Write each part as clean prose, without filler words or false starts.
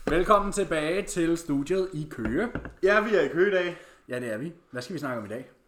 Velkommen tilbage til studiet i Køge. Ja, vi er i Køge i dag. Ja, det er vi. Hvad skal vi snakke om i dag?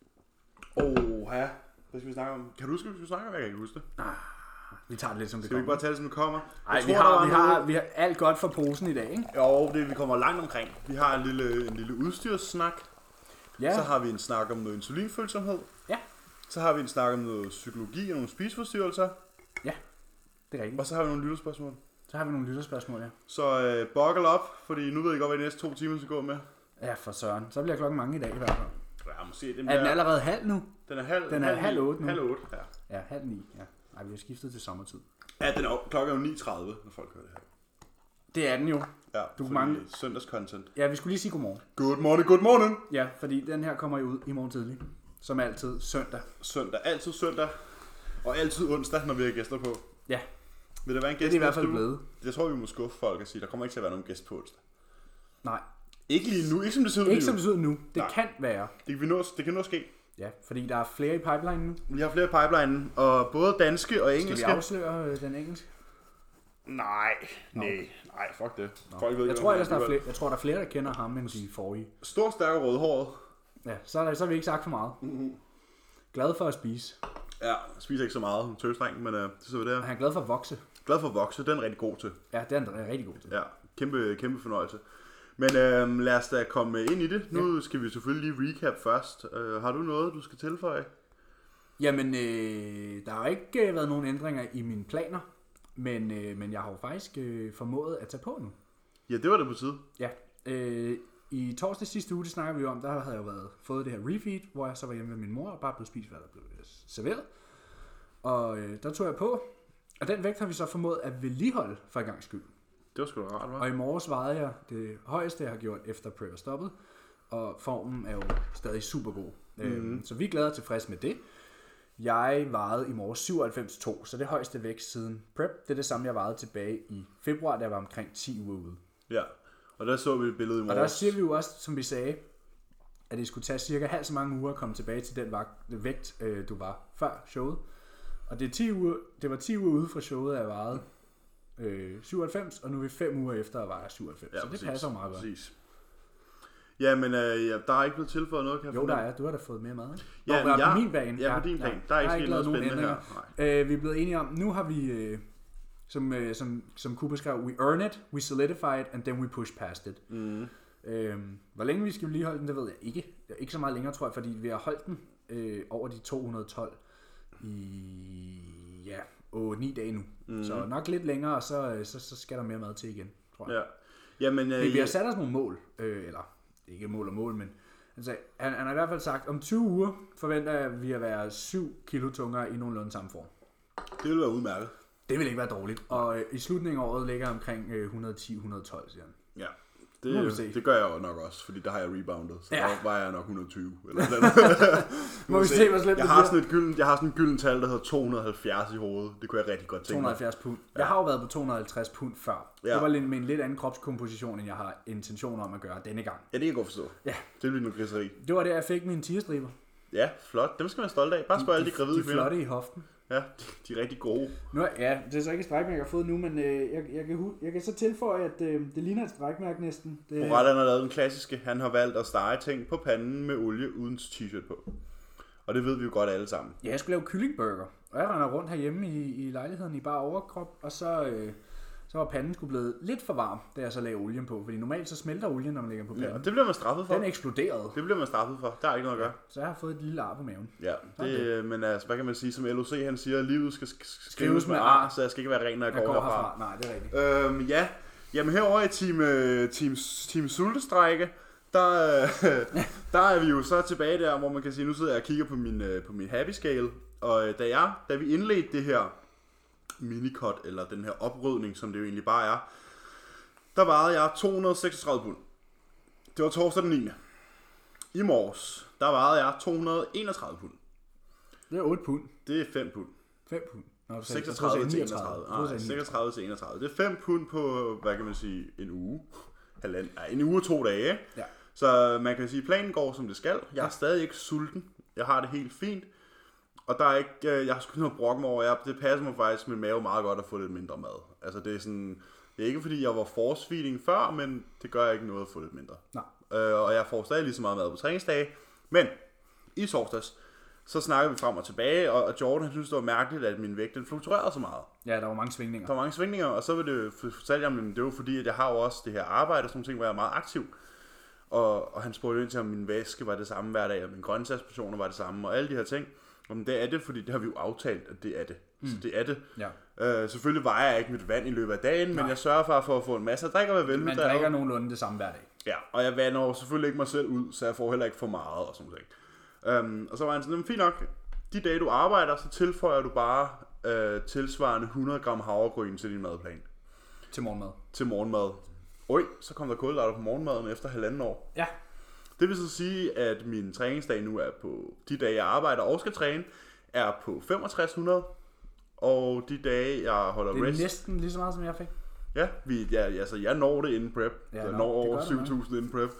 Hvad skal vi snakke om? Kan du huske, hvad vi skal snakke om? Jeg kan ikke huske det. Vi tager det lidt som det Skal vi ikke bare tage det, som det kommer? Nej, vi har alt godt for posen i dag, ikke? Jo, vi kommer langt omkring. Vi har en lille udstyrssnak. Ja. Så har vi en snak om noget insulinfølsomhed. Ja. Så har vi en snak om noget psykologi og nogle spiseforstyrrelser. Ja, det er rigtigt. Og så har vi nogle lytterspørgsmål. Så har vi nogle lytterspørgsmål, ja. Så buckle op, fordi nu ved jeg godt, hvad de næste 2 timer skal gå med. Ja, for søren. Så bliver klokken mange i dag i hvert fald. Ja, måske Er den allerede halv nu? Den er halv 8 nu. Halv 8, ja. Ja, halv 9, ja. Nej, vi har skiftet til sommertid. Ja, klokken er jo 9.30, når folk hører det her. Det er den jo. Ja, Du mange søndagscontent. Ja, vi skulle lige sige godmorgen. Good morning. Ja, fordi den her kommer jo ud i morgen tidlig. Som altid søndag. Altid søndag. Og altid onsdag, når vi har gæster på. Ja. Vil der være en gæst? Det er i hvert fald blevet. Jeg tror, vi må skuffe folk og sige, der kommer ikke til at være nogen gæst på onsdag. Nej. Ikke lige nu, ikke som det ser ud Ikke som det ser ud nu. Det Nej. kan være. Det kan nå at ske. Ja, fordi der er flere i pipeline nu. Vi har flere i pipeline, og både danske og engelske. Skal vi afsløre den engelske? Nej, fuck det. Folk ved jeg tror ellers, der er flere, der kender ham, end de forrige. Stor, stærk og rødhåret. Ja, så har vi ikke sagt for meget. Glad for at spise. Ja, spiser ikke så meget, en tøsdreng, men det så vi der. Han er glad for at vokse. Glad for at vokse, den er rigtig god til. Ja, det er han rigtig god til. Ja, kæmpe fornøjelse. Men lad os da komme ind i det. Nu skal vi selvfølgelig lige recap først. Har du noget, du skal tilføje? Jamen, der har ikke været nogen ændringer i mine planer, men jeg har jo faktisk formået at tage på nu. Ja, det var det på tide. Ja, i torsdag sidste uge, det snakker vi om, der havde jeg jo fået det her refeed, hvor jeg så var hjemme med min mor og bare blev spist, hvad der blev serveret. Og der tog jeg på, og den vægt har vi så formået at vedligeholde for en gang skyld. Det var sgu da rart, hva'? Og i morges vejede jeg det højeste, jeg har gjort efter prep og stoppet, og formen er jo stadig super god. Så vi er glade og tilfredse med det. Jeg vejede i morges 97,2, så det højeste vægt siden prep. Det er det samme, jeg vejede tilbage i februar, da jeg var omkring 10 uger ude. Ja, og der så vi et billede i morges. Og der siger vi jo også, som vi sagde, at det skulle tage cirka halvt så mange uger at komme tilbage til den vægt, du var før showet. Og det var 10 uger ude fra showet, jeg vejede 97, og nu er vi 5 uger efter at veje 97. Ja, så det passer jo meget godt. Præcis. Ja, men der er ikke blevet tilføjet noget, kan jeg Jo, der er. Du har da fået mere mad, ikke? Ja, på min bane. Ja, på din plan. Der er ikke sket noget spændende her. Vi er blevet enige om, nu har vi, som Cooper skrev, we earn it, we solidify it, and then we push past it. Hvor længe vi skal lige holde den, det ved jeg ikke. Ikke så meget længere, tror jeg, fordi vi har holdt den over de 212 i 9 dage nu. Så nok lidt længere, og så skal der mere mad til igen, tror jeg. Ja. Jamen, vi har sat os nogle mål, eller ikke mål, men altså, han har i hvert fald sagt, om 20 uger forventer vi at være 7 kilo tungere i nogenlunde samme form. Det vil være udmærket. Det vil ikke være dårligt. Og i slutningen af året ligger omkring 110-112, siger han. Ja, det gør jeg jo nok også, fordi der har jeg reboundet. Så der var jeg nok 120. Eller Må vi se, hvor slemt jeg har sådan et gylden tal, der hedder 270 i hovedet. Det kunne jeg rigtig godt tænke 270 pund. Ja. Jeg har jo været på 250 pund før. Ja. Det var med en lidt anden kropskomposition, end jeg har intention om at gøre denne gang. Ja, det kan jeg godt forstå. Ja. Det bliver noget griseri. Det var det, jeg fik mine tigerstriber. Ja, flot. Dem skal man være stolt af. Bare spørg alle de gravide kvinder. De flotte i hoften. Ja, de er rigtig gode. Ja, det er så ikke et strækmærke, jeg har fået nu, men jeg kan så tilføje, at det ligner et strækmærke næsten. Morellaen har lavet den klassiske. Han har valgt at stege ting på panden med olie uden t-shirt på. Og det ved vi jo godt alle sammen. Ja, jeg skulle lave kyllingburger, og jeg render rundt herhjemme i lejligheden i bare overkrop, og så var panden skulle blevet lidt for varm, da jeg så lagde olien på. Fordi normalt så smelter olien, når man lægger på panden. Ja, og det bliver man straffet for. Den eksploderede. Det bliver man straffet for. Der er ikke noget at gøre. Så jeg har fået et lille ar på maven. Ja, men altså, hvad kan man sige, som LOC han siger, livet skal skrives med ar, så jeg skal ikke være ren, når jeg går herfra. Nej, det er rigtigt. Jamen herovre i team sultestrække, der er vi jo så tilbage der, hvor man kan sige, nu sidder jeg og kigger på min happy scale, og da vi indledte det her minicut, eller den her oprydning, som det jo egentlig bare er, der vejede jeg 236 pund. Det var torsdag den 9. I morges, der vejede jeg 231 pund. Det er 8 pund. Det er 5 pund. 5 pund. 36 til 31. Nej, 36 til 31. Det er 5 pund på, hvad kan man sige, en uge. En uge og 2 dage. Ja. Så man kan sige, at planen går som det skal. Jeg er stadig ikke sulten. Jeg har det helt fint. Og der er ikke, jeg har sgu noget brokke mig over, det passer mig faktisk med mave meget godt at få lidt mindre mad. Altså det er sådan, det er ikke fordi jeg var force-feeding før, men det gør ikke noget at få lidt mindre. Nej. Og jeg får stadig lige så meget mad på træningsdage. Men i torsdags, så snakkede vi frem og tilbage, og Jordan han synes det var mærkeligt, at min vægt den fluktuerede så meget. Ja, der var mange svingninger. Der var mange svingninger, og så fortalte jeg ham, det var fordi, at jeg har jo også det her arbejde og sådan nogle ting, hvor jeg er meget aktiv. Og han spurgte ind til, om min væske var det samme hver dag, og mine grøntsagsportioner var det samme, og alle de her ting. Men det er det, fordi det har vi jo aftalt, at det er det. Så det er det. Ja. Selvfølgelig vejer jeg ikke mit vand i løbet af dagen, men jeg sørger for at få en masse at drikke og være velhydret. Man drikker nogenlunde det samme hver dag. Ja, og jeg vander jo selvfølgelig ikke mig selv ud, så jeg får heller ikke for meget og sådan noget. Og så var han sådan, fint nok, de dage du arbejder, så tilføjer du bare tilsvarende 100 gram havregryn til din madplan. Til morgenmad. Til morgenmad. Oj, så kom der kulhydrater på morgenmaden efter 1,5 år. Ja. Det vil så sige, at min træningsdag nu er på de dage, jeg arbejder og skal træne, er på 6500. Og de dage, jeg holder rest... Det er næsten lige så meget, som jeg fik. Ja, jeg når det inden prep. Jeg når over 7000 inden prep.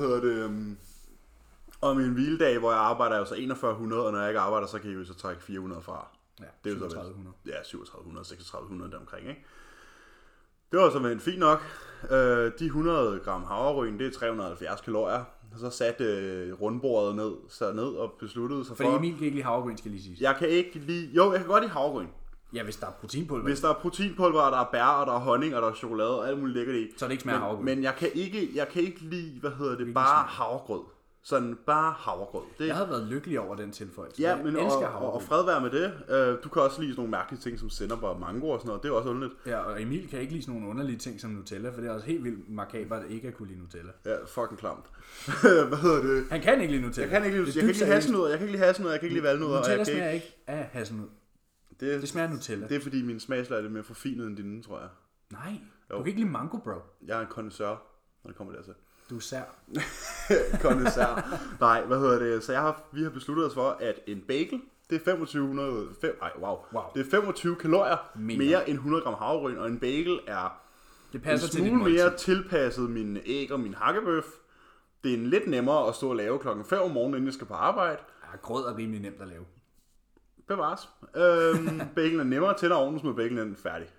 Og min hviledag, hvor jeg arbejder, er jo så 4100, og når jeg ikke arbejder, så kan jeg jo så trække 400 fra. Ja, det er 3700. Ja, 3700, 3600 deromkring, ikke? Det var så været fint nok. De 100 gram havregryn, det er 370 kalorier. Og så satte rundbordet ned og besluttede sig for... Fordi Emil kan ikke lide havregryn, skal lige sige. Jeg kan ikke lide... Jo, jeg kan godt lide havregryn. Ja, hvis der er proteinpulver. Hvis der er proteinpulver, og der er bær, og der er honning, og der er chokolade, og alt muligt lækkert i. Så det ikke smager havregryn. Men jeg kan ikke lide, bare havregrød. Sådan bare havregrød. Jeg havde været lykkelig over den tilføjelse. Ja, men og fred være med det. Du kan også lide sådan nogle mærkelige ting som sennep og mango og sådan noget. Det er også underligt. Ja, og Emil kan ikke lide sådan nogle underlige ting som Nutella, for det er også helt vildt makabert at ikke at kunne lide Nutella. Ja, fucking klamt. Det? Han kan ikke lide Nutella. Jeg kan ikke lide hasselnødder, jeg kan ikke lide valnødder. Nutella smager ikke af hasselnød. Det smager Nutella. Det er fordi min smagslag er lidt mere forfinet end dine, tror jeg. Nej, du kan ikke lide mango, bro. Jeg er en connoisseur, når det kommer dertil. Du er sær. Connoisseur. Nej, så vi har besluttet os for, at en bagel, det er 2500... Det er 25 kalorier mere end 100 gram havregryn, og en bagel er det passer en smule mere tilpasset mine æg og min hakkebøf. Det er lidt nemmere at stå og lave klokken 5 om morgenen, inden jeg skal på arbejde. Ja, grød er rimelig nemt at lave. Bevares. Bagelen er nemmere til, når ovnen smider bagelen færdig.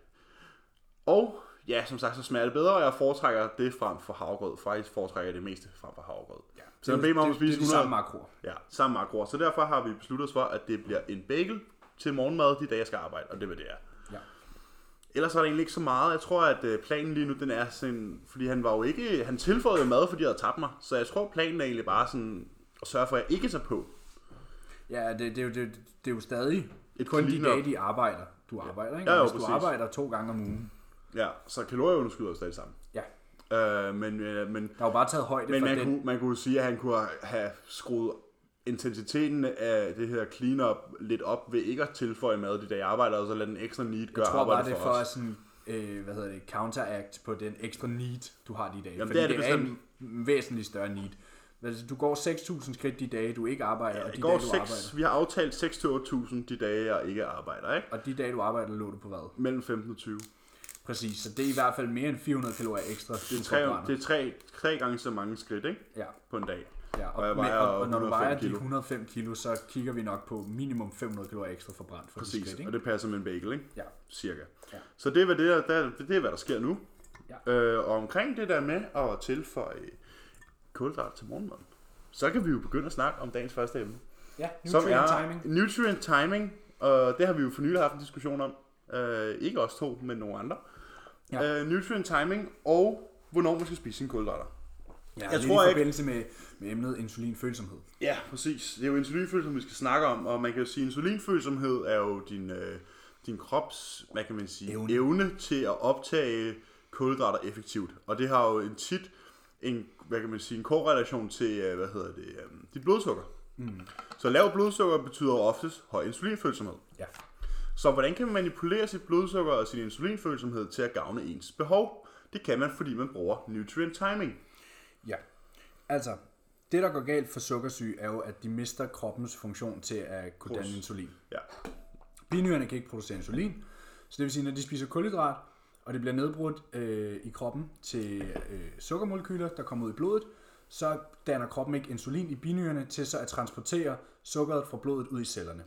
Og ja, som sagt, så smager det bedre, og jeg foretrækker det frem for havregrød. Faktisk foretrækker jeg det meste frem for havregrød. Ja, så det er de samme makroer. Ja, samme makroer. Så derfor har vi besluttet os for, at det bliver en bagel til morgenmad de dage, jeg skal arbejde, og det er, hvad det er. Ja. Ellers er der egentlig ikke så meget. Jeg tror, at planen lige nu, den er sådan, fordi han tilføjede mad, fordi jeg havde tabt mig. Så jeg tror, planen er egentlig bare sådan, at sørge for, at jeg ikke tager på. Ja, det er jo stadig kun de dage, de arbejder. Du arbejder, ikke? Ja, hvis du arbejder 2 gange om ugen. Ja, så kalorieunderskud er stadig sammen. Ja. Men der er jo bare taget højde for den. Man kunne sige, at han kunne have skruet intensiteten af det her clean-up lidt op ved ikke at tilføje mad de dage, jeg arbejder, og så lade den ekstra need gøre arbejde for os. Jeg tror bare, det er for sådan, counteract på den ekstra need, du har de dage. Jamen, fordi det er en væsentlig større need. Altså, du går 6.000 skridt de dage, du ikke arbejder, og de dage, du arbejder. Vi har aftalt 6-8.000 de dage, jeg ikke arbejder, ikke? Og de dage, du arbejder, lå du på hvad? Mellem 15 og 20. Præcis, så det er i hvert fald mere end 400 kalorier ekstra. Det er tre gange så mange skridt, ikke? Ja. På en dag. Ja, og når du vejer de 105 kilo, så kigger vi nok på minimum 500 kalorier ekstra forbrændt for præcis, de skridt, ikke? Og det passer med en bagel, ikke? Ja. Cirka. Ja. Så det er, hvad der sker nu. Ja. Og omkring det der med at tilføje kulhydrat til morgenmaden, så kan vi jo begynde at snakke om dagens første emne. Ja, nutrient timing. Nutrient timing, og det har vi jo for nylig haft en diskussion om. Ikke os to, men nogle andre. Ja. Nutrient timing og hvornår man skal spise sine kulhydrater. Ja, jeg tror i forbindelse med emnet insulinfølsomhed. Ja, præcis. Det er jo insulinfølsomhed, vi skal snakke om, og man kan jo sige, at insulinfølsomhed er jo din krops, hvad kan man sige, evne til at optage kulhydrater effektivt. Og det har jo en korrelation til, dit blodsukker. Mm. Så lav blodsukker betyder oftest høj insulinfølsomhed. Ja. Så hvordan kan man manipulere sit blodsukker og sin insulinfølsomhed til at gavne ens behov? Det kan man, fordi man bruger nutrient timing. Ja, altså, det der går galt for sukkersyge er jo, at de mister kroppens funktion til at kunne danne insulin. Ja. Binyrerne kan ikke producere insulin, så det vil sige, når de spiser kulhydrat, og det bliver nedbrudt i kroppen til sukkermolekyler, der kommer ud i blodet, så danner kroppen ikke insulin i binyrerne til så at transportere sukkeret fra blodet ud i cellerne.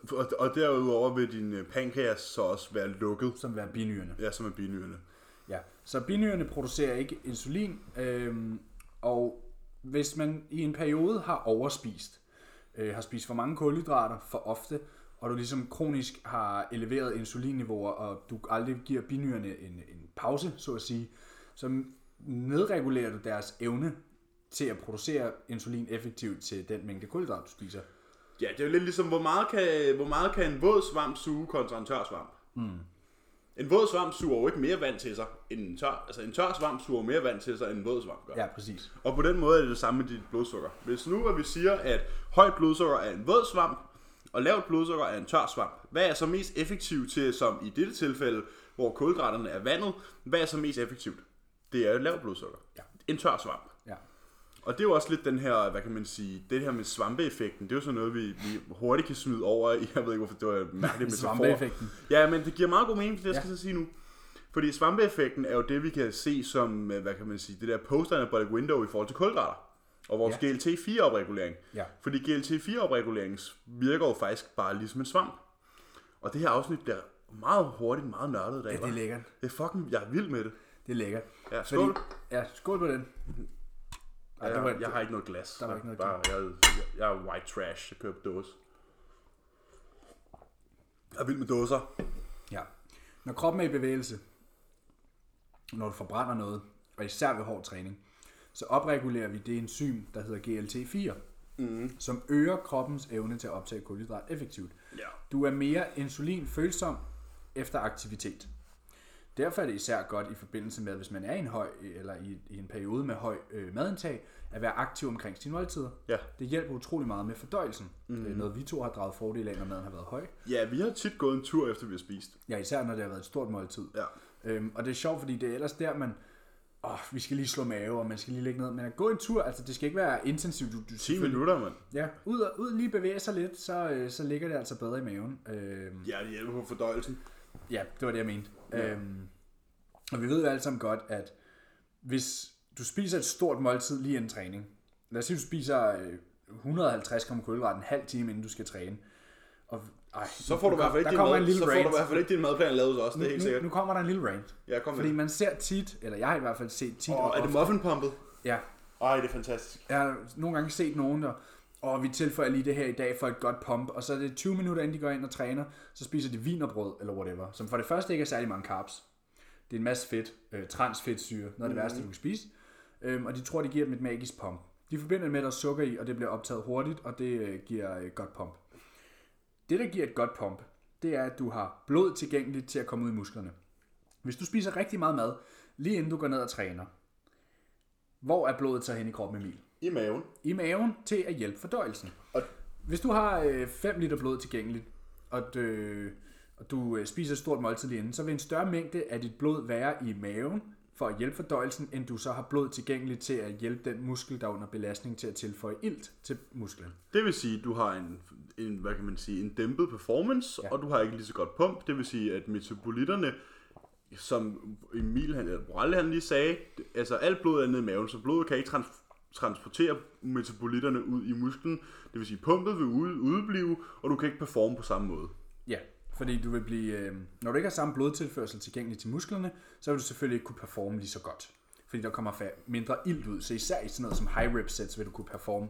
Og derudover vil din pankreas så også være lukket. Som er binyrerne. Ja, som er binyrerne. Ja, så binyrerne producerer ikke insulin, og hvis man i en periode har overspist, har spist for mange kulhydrater for ofte, og du ligesom kronisk har eleveret insulinniveauer, og du aldrig giver binyrerne en pause, så at sige, så nedregulerer du deres evne til at producere insulin effektivt til den mængde kulhydrat, du spiser. Ja, det er jo lidt ligesom, hvor meget kan en våd svamp suge kontra en tør svamp. En våd svamp suger jo ikke mere vand til sig end en tør. Altså en tør svamp suger mere vand til sig end en våd svamp gør. Ja, præcis. Og på den måde er det samme med dit blodsukker. Hvis nu at vi siger, at højt blodsukker er en våd svamp, og lavt blodsukker er en tør svamp, hvad er så mest effektivt til, som i dette tilfælde, hvor kulhydraterne er vandet, hvad er så mest effektivt? Det er lavt blodsukker. Ja. En tør svamp. Ja. Og det er jo også lidt den her, hvad kan man sige, det her med svampeeffekten, det er jo sådan noget, vi hurtigt kan smide over i, jeg ved ikke hvorfor, det var en mærkelig metafor. Svampeeffekten. Ja, men det giver meget god mening, det jeg skal så sige nu. Fordi svampeeffekten er jo det, vi kan se som, hvad kan man sige, det der post-anabolic window i forhold til kulhydrater. Og vores GLT-4-opregulering. Ja. Fordi GLT-4-opreguleringen virker jo faktisk bare ligesom en svamp. Og det her afsnit bliver meget hurtigt, meget nørdet i dag. Ja, det er lækkert. Det er fucking, jeg er vild med det. Det er lækkert. Ja, skål. Skål på den. Jeg har ikke noget glas. Der var ikke noget bare, jeg er white trash. Jeg køber dåse. Jeg er vild med dåser. Ja. Når kroppen er i bevægelse, når du forbrænder noget, og især ved hård træning, så opregulerer vi det enzym, der hedder GLT4, som øger kroppens evne til at optage kulhydrat effektivt. Ja. Du er mere insulinfølsom efter aktivitet. Derfor er det især godt i forbindelse med, hvis man er i en høj eller i en periode med høj madindtag, at være aktiv omkring sine måltider. Ja. Det hjælper utrolig meget med fordøjelsen. Det er noget, vi to har draget fordel af, når maden har været høj. Ja, vi har tit gået en tur, efter vi har spist. Ja, især når det har været et stort måltid. Ja. Og det er sjovt, fordi det er ellers der, man... vi skal lige slå mave, og man skal lige ligge ned. Men at gå en tur, altså det skal ikke være intensivt. Du 10 minutter, mand. Ja, ud lige bevæge sig lidt, så ligger det altså bedre i maven. Ja, det hjælper på fordøjelsen. Ja, det var det, jeg mente. Ja. Og vi ved jo alle sammen godt, at hvis du spiser et stort måltid lige inden træning, lad os sige, du spiser 150 gram kulhydrat en halv time, inden du skal træne. Og, så får du i hvert fald ikke din madplan lavet hos os, det er helt sikkert. Nu kommer der en lille rant. Ja, fordi man ser tit, eller jeg har i hvert fald set tit... er det muffinpumpet? Ja. Det er fantastisk. Jeg har nogle gange set nogen, der... vi tilføjer lige det her i dag for et godt pump, og så er det 20 minutter, inden de går ind og træner, så spiser de wienerbrød, eller whatever, som for det første ikke er særlig mange carbs. Det er en masse fedt, transfedtsyre, noget af det værste, du kan spise. Og de tror, det giver dem et magisk pump. De forbinder det med, at der er sukker i, og det bliver optaget hurtigt, og det giver et godt pump. Det, der giver et godt pump, det er, at du har blod tilgængeligt til at komme ud i musklerne. Hvis du spiser rigtig meget mad, lige inden du går ned og træner, hvor er blodet så hen i kroppen, Emil? I maven. I maven til at hjælpe fordøjelsen. Hvis du har 5 liter blod tilgængeligt, og du spiser et stort måltid lige inden, så vil en større mængde af dit blod være i maven for at hjælpe fordøjelsen, end du så har blod tilgængeligt til at hjælpe den muskel, der er under belastning, til at tilføje ilt til musklen. Det vil sige, at du har en hvad kan man sige, en dæmpet performance, og du har ikke lige så godt pump. Det vil sige, at metabolitterne, som Emil han lige sagde, altså alt blod er nede i maven, så blodet kan ikke transportere metabolitterne ud i musklen. Det vil sige, pumpet vil udeblive, og du kan ikke performe på samme måde. Ja, fordi du vil blive, når du ikke har samme blodtilførsel tilgængelig til musklerne, så vil du selvfølgelig ikke kunne performe lige så godt. Fordi der kommer mindre ilt ud, så især i sådan noget som high rep sets vil du kunne performe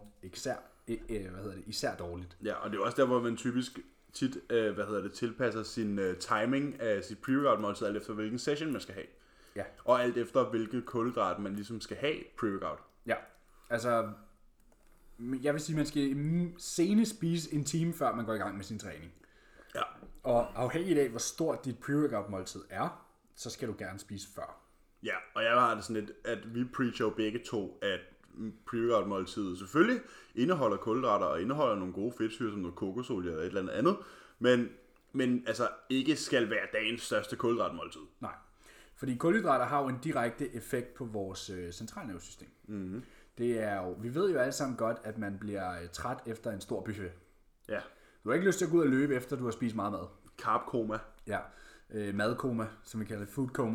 især dårligt. Ja, og det er også der, hvor man typisk tit tilpasser sin timing af sit pre-workout måltid, alt efter hvilken session man skal have. Ja. Og alt efter hvilket kulhydrat man ligesom skal have pre-workout. Ja, altså jeg vil sige, man skal senest spise en time før man går i gang med sin træning. Ja. Og afhængigt af hvor stort dit pre-workout måltid er, så skal du gerne spise før. Ja, og jeg har det sådan lidt, at vi preacher jo begge to, at pre-workout måltidet selvfølgelig indeholder kulhydrater og indeholder nogle gode fedtsyrer som noget kokosolie eller et eller andet, men altså ikke skal være dagens største kulhydratmåltid. Nej, fordi kulhydrater har jo en direkte effekt på vores centralnervesystem. Mm-hmm. Det er jo, vi ved jo alle sammen godt, at man bliver træt efter en stor buffet. Ja. Du har ikke lyst til at gå ud og løbe efter du har spist meget mad. Carb-koma. Ja, madkoma, som vi kalder det, food-koma.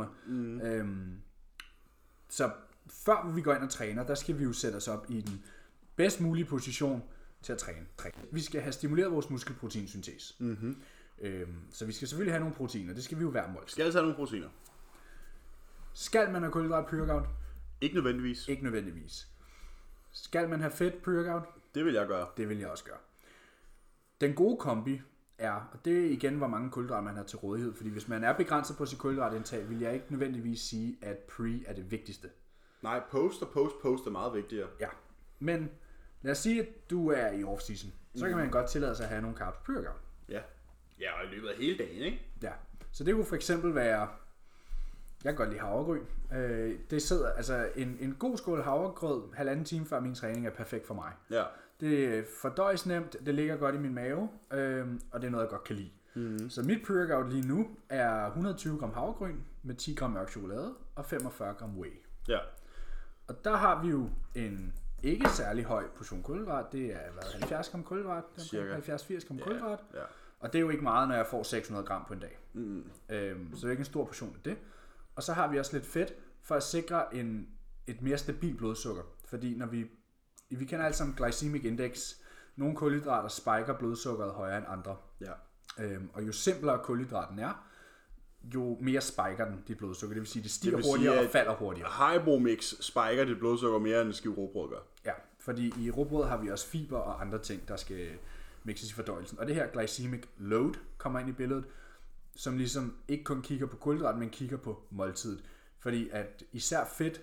Så før vi går ind og træner, der skal vi jo sætte os op i den bedst mulige position til at træne. Vi skal have stimuleret vores muskelproteinsyntese. Mm-hmm. Så vi skal selvfølgelig have nogle proteiner. Det skal vi jo hver mål. Skal altså have nogle proteiner? Skal man have kulhydrat pre-workout? Ikke nødvendigvis. Ikke nødvendigvis. Skal man have fedt pre-workout? Det vil jeg gøre. Det vil jeg også gøre. Den gode kombi er, og det er igen, hvor mange kulhydrater man har til rådighed, fordi hvis man er begrænset på sit kulhydratindtag, vil jeg ikke nødvendigvis sige, at pre er det vigtigste. Nej, post er meget vigtigere. Ja, men lad os sige, at du er i off-season. Så kan man godt tillade sig at have nogle carbs pre-workout. Ja. Ja, og i løbet af hele dagen, ikke? Ja, så det kunne for eksempel være, jeg kan godt lide havregryn. Det sidder, altså en god skål havregrød, 1,5 time før min træning er perfekt for mig. Ja. Det fordøjes nemt, det ligger godt i min mave, og det er noget, jeg godt kan lide. Mm-hmm. Så mit pre-workout lige nu er 120 gram havregryn med 10 gram mørk chokolade og 45 gram whey. Ja. Og der har vi jo en ikke særlig høj portion kulhydrat. Det er 70 gram kulhydrat, 70-80 gram kulhydrat. Ja. Og det er jo ikke meget, når jeg får 600 gram på en dag. Så det er ikke en stor portion af det. Og så har vi også lidt fedt for at sikre et mere stabilt blodsukker. Fordi når vi kender alle sammen glycemic index. Nogle kulhydrater spiker blodsukkeret højere end andre. Ja. Og jo simplere kulhydraten er, jo mere spiker den dit blodsukker. Det vil sige, det stiger hurtigere og falder hurtigere. Haribo Mix spiker dit blodsukker mere, end en skive rugbrød gør. Ja, fordi i rugbrød har vi også fiber og andre ting, der skal mixes i fordøjelsen. Og det her glycemic load kommer ind i billedet, som ligesom ikke kun kigger på kulhydrat, men kigger på måltidet. Fordi at især fedt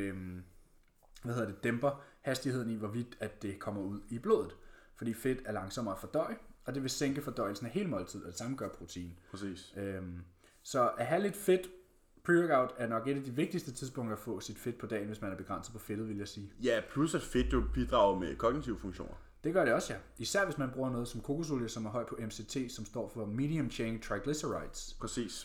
dæmper hastigheden i, hvorvidt at det kommer ud i blodet. Fordi fedt er langsommere at fordøje, og det vil sænke fordøjelsen af hele måltidet, og det samme gør protein. Præcis. Så at have lidt fedt pre-workout er nok et af de vigtigste tidspunkter at få sit fedt på dagen, hvis man er begrænset på fedtet, vil jeg sige. Ja, plus at fedt jo bidrager med kognitive funktioner. Det gør det også, ja. Især hvis man bruger noget som kokosolie, som er høj på MCT, som står for Medium Chain Triglycerides. Præcis.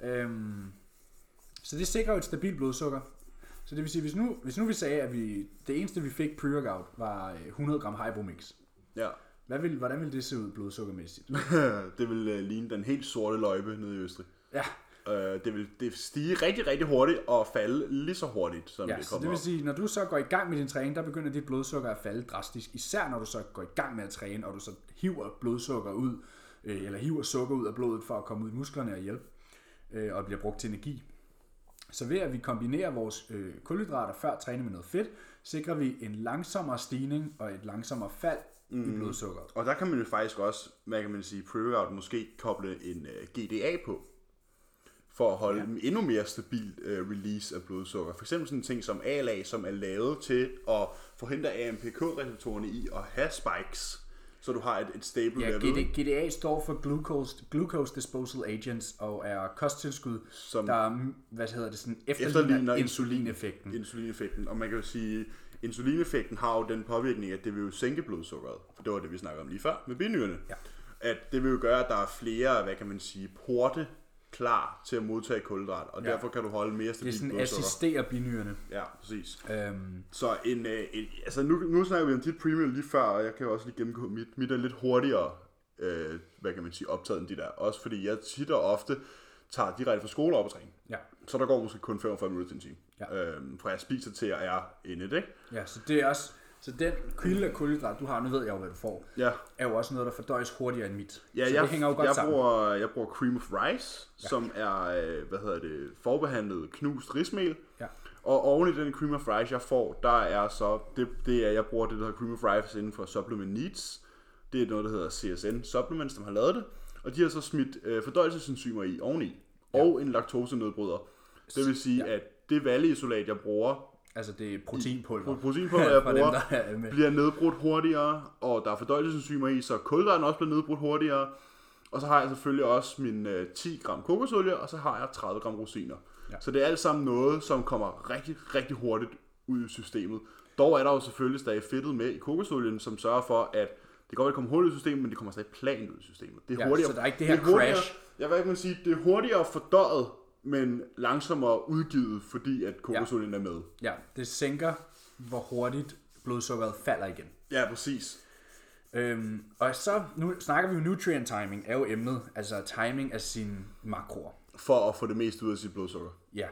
Så det sikrer jo et stabilt blodsukker. Så det vil sige, hvis nu vi sagde, at det eneste vi fik pre-workout var 100 gram Haribo Mix. Ja. Hvordan ville det se ud blodsukkermæssigt? Det vil ligne den helt sorte løjpe nede i Østrig. Ja. Det vil stige rigtig, rigtig hurtigt og falde lige så hurtigt, som det kommer så det vil sige, når du så går i gang med din træning, der begynder dit blodsukker at falde drastisk. Især når du så går i gang med at træne, og du så hiver blodsukker ud, eller hiver sukker ud af blodet for at komme ud i musklerne og hjælpe, og bliver brugt til energi. Så ved at vi kombinerer vores kulhydrater før træning med noget fedt, sikrer vi en langsommere stigning og et langsommere fald i blodsukkeret. Og der kan man jo faktisk også, hvad kan man sige, pre-workout måske koble en GDA på, for at holde endnu mere stabil release af blodsukker. For eksempel sådan en ting som ALA, som er lavet til at forhindre AMPK-receptorerne i at have spikes, så du har et stable level. GDA står for Glucose Disposal Agents og er kosttilskud, som der efterligner insulineffekten. Insulineffekten, og man kan jo sige, insulineffekten har jo den påvirkning, at det vil jo sænke blodsukkeret. For det var det, vi snakkede om lige før med binyrerne. Ja. At det vil jo gøre, at der er flere, hvad kan man sige, porte klar til at modtage kulhydrat, og derfor kan du holde mere stabilt blodsukker. Det er sådan assisterer binyrerne. Ja, præcis. Så altså nu snakker vi om dit premium lige før, og jeg kan jo også lige gennemgå mit er lidt hurtigere, hvad kan man sige, optaget end de der. Også fordi jeg tit og ofte tager direkte fra skole op og træne. Ja. Så der går måske kun 45 minutter til en time. Ja. Fra jeg spiser til jeg er inde, ikke? Ja, så det er også. Så den kilde af kulhydrat, du har, nu ved jeg jo, hvad du får, er jo også noget, der fordøjes hurtigere end mit. Ja, så det hænger jo godt sammen. Jeg bruger cream of rice, som er, forbehandlet knust rismel. Ja. Og oven i den cream of rice, jeg får, der er så, jeg bruger det, der hedder cream of rice inden for Supplement Needs. Det er noget, der hedder CSN Supplements, som har lavet det. Og de har så smidt fordøjelsesenzymer i oveni. Og en laktosenedbryder. Det vil sige, at det valleisolat, jeg bruger, altså det er proteinpulver. Proteinpulver, jeg bruger, bliver nedbrudt hurtigere, og der er fordøjelsesenzymer i, så kulhydraten også bliver nedbrudt hurtigere. Og så har jeg selvfølgelig også min 10 gram kokosolie, og så har jeg 30 gram rosiner. Ja. Så det er alt sammen noget, som kommer rigtig, rigtig hurtigt ud i systemet. Dog er der jo selvfølgelig stadig fedtet med i kokosolien, som sørger for, at det går godt komme hurtigt ud i systemet, men det kommer stadig plant ud i systemet. Det er hurtigere, så der er ikke det her crash. Jeg vil sige, det er hurtigere fordøjet, men langsommere udgivet, fordi at kokosolien er med. Ja, det sænker, hvor hurtigt blodsukkeret falder igen. Ja, præcis. Og så, nu snakker vi jo nutrient timing, er jo emnet, altså timing af sine makroer. For at få det mest ud af sit blodsukker. Ja.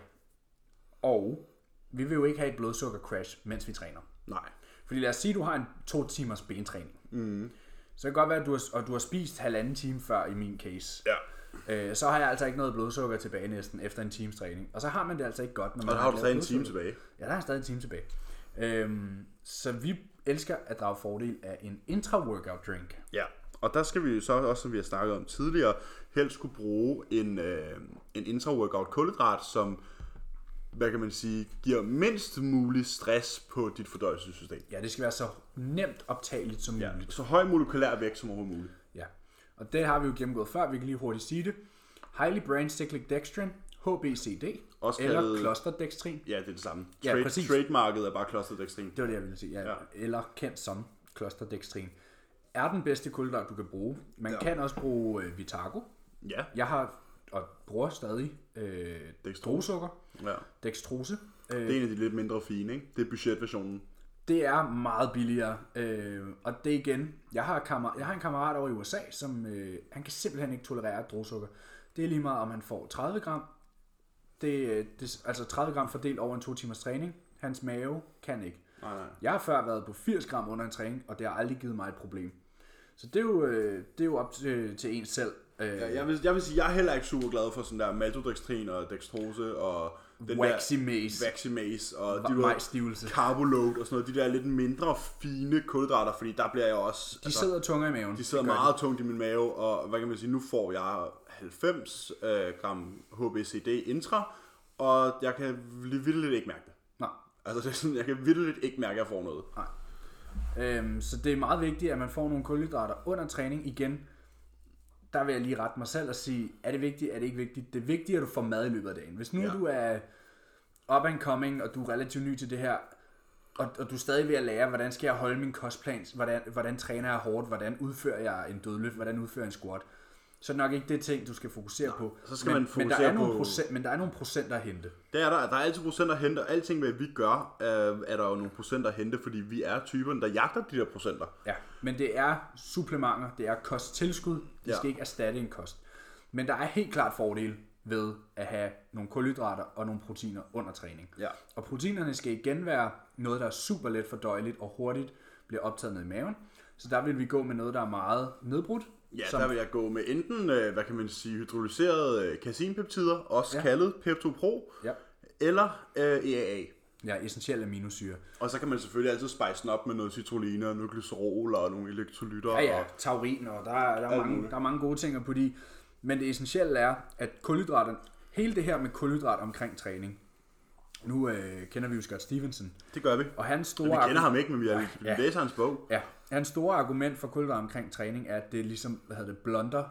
Og vi vil jo ikke have et blodsukker crash, mens vi træner. Nej. Fordi lad os sige, at du har en 2 timers bentræning. Så det kan godt være, at du har spist 1,5 time før i min case. Ja. Så har jeg altså ikke noget blodsukker tilbage næsten efter en times træning. Og så har man det altså ikke godt, når man Og der har du stadig en time tilbage. Ja, der er stadig en time tilbage. Så vi elsker at drage fordel af en intra-workout drink. Ja, og der skal vi jo så også, som vi har snakket om tidligere, helst skulle bruge en intra-workout kulhydrat, som, hvad kan man sige, giver mindst mulig stress på dit fordøjelsessystem. Ja, det skal være så nemt optageligt som muligt. Ja, så høj molekylær vægt som overhovedet muligt. Ja, og det har vi jo gennemgået før, vi kan lige hurtigt sige det. Highly Branched Cyclic Dextrin, HBCD, også eller kaldet, clusterdextrin. Ja, det er det samme. Ja, præcis. Trademarket er bare clusterdextrin. Det var det, jeg ville sige. Ja. Eller kendt som clusterdextrin. Er den bedste kulhydrat, du kan bruge. Man kan også bruge Vitago. Ja. Jeg har og bruger stadig drogsukker. Ja. Dextrose. Det er en af de lidt mindre fine, ikke? Det er budgetversionen. Det er meget billigere. Og det igen, jeg har en kammerat over i USA, som han kan simpelthen ikke tolerere drogsukker. Det er lige meget, om han får 30 gram. Altså 30 gram fordelt over en 2 timers træning. Hans mave kan ikke. Nej. Jeg har før været på 80 gram under en træning, og det har aldrig givet mig et problem. Så det er jo op til en selv. Jeg vil sige, jeg er heller ikke super glad for sådan der maltodextrin og dextrose og den Waxy Mace og de majsstivelse. Carboload og sådan noget. De der lidt mindre fine kulhydrater, fordi der bliver jeg også... De sidder tungere i maven. De sidder meget tungt i min mave, og hvad kan man sige, nu får jeg 90 gram HBCD intra, og jeg kan vitterligt ikke mærke det. Nej. Altså det er sådan, jeg kan vitterligt ikke mærke, at jeg får noget. Nej. Så det er meget vigtigt, at man får nogle kulhydrater under træning igen. Der vil jeg lige rette mig selv og sige, er det vigtigt, er det ikke vigtigt? Det er vigtigt, at du får mad i løbet af dagen. Hvis nu du er up and coming, og du er relativt ny til det her, og du er stadig ved at lære, hvordan skal jeg holde min kostplan, hvordan træner jeg hårdt, hvordan udfører jeg en dødløft, hvordan udfører jeg en squat, så er det nok ikke det ting, du skal fokusere på. Så skal man fokusere men der er nogle procenter at hente. Det er der. Der er altid procenter at hente, og alting, hvad vi gør, er der jo nogle procenter at hente, fordi vi er typerne, der jagter de der procenter. Ja, men det er supplementer, det er kosttilskud, det skal ikke erstatte en kost. Men der er helt klart fordel ved at have nogle kulhydrater og nogle proteiner under træning. Ja. Og proteinerne skal igen være noget, der er super let fordøjeligt og hurtigt bliver optaget ned i maven. Så der vil vi gå med noget, der er meget nedbrudt. Ja, der vil jeg gå med enten, hvad kan man sige, hydrolyserede caseinpeptider, også kaldet Pepto Pro, eller EAA. Ja, essentielle aminosyre. Og så kan man selvfølgelig altid spice den op med noget citrulline og noget glycerol og nogle elektrolytter. Ja, taurin, og der er mange gode ting på de. Men det essentielle er, at kulhydraterne, hele det her med kulhydrat omkring træning, nu kender vi jo Scott Stevenson. Det gør vi. Og hans store vi kender ham ikke, men vi har læst hans bog. Ja, hans store argument for kulhydrat omkring træning er, at det ligesom, blunder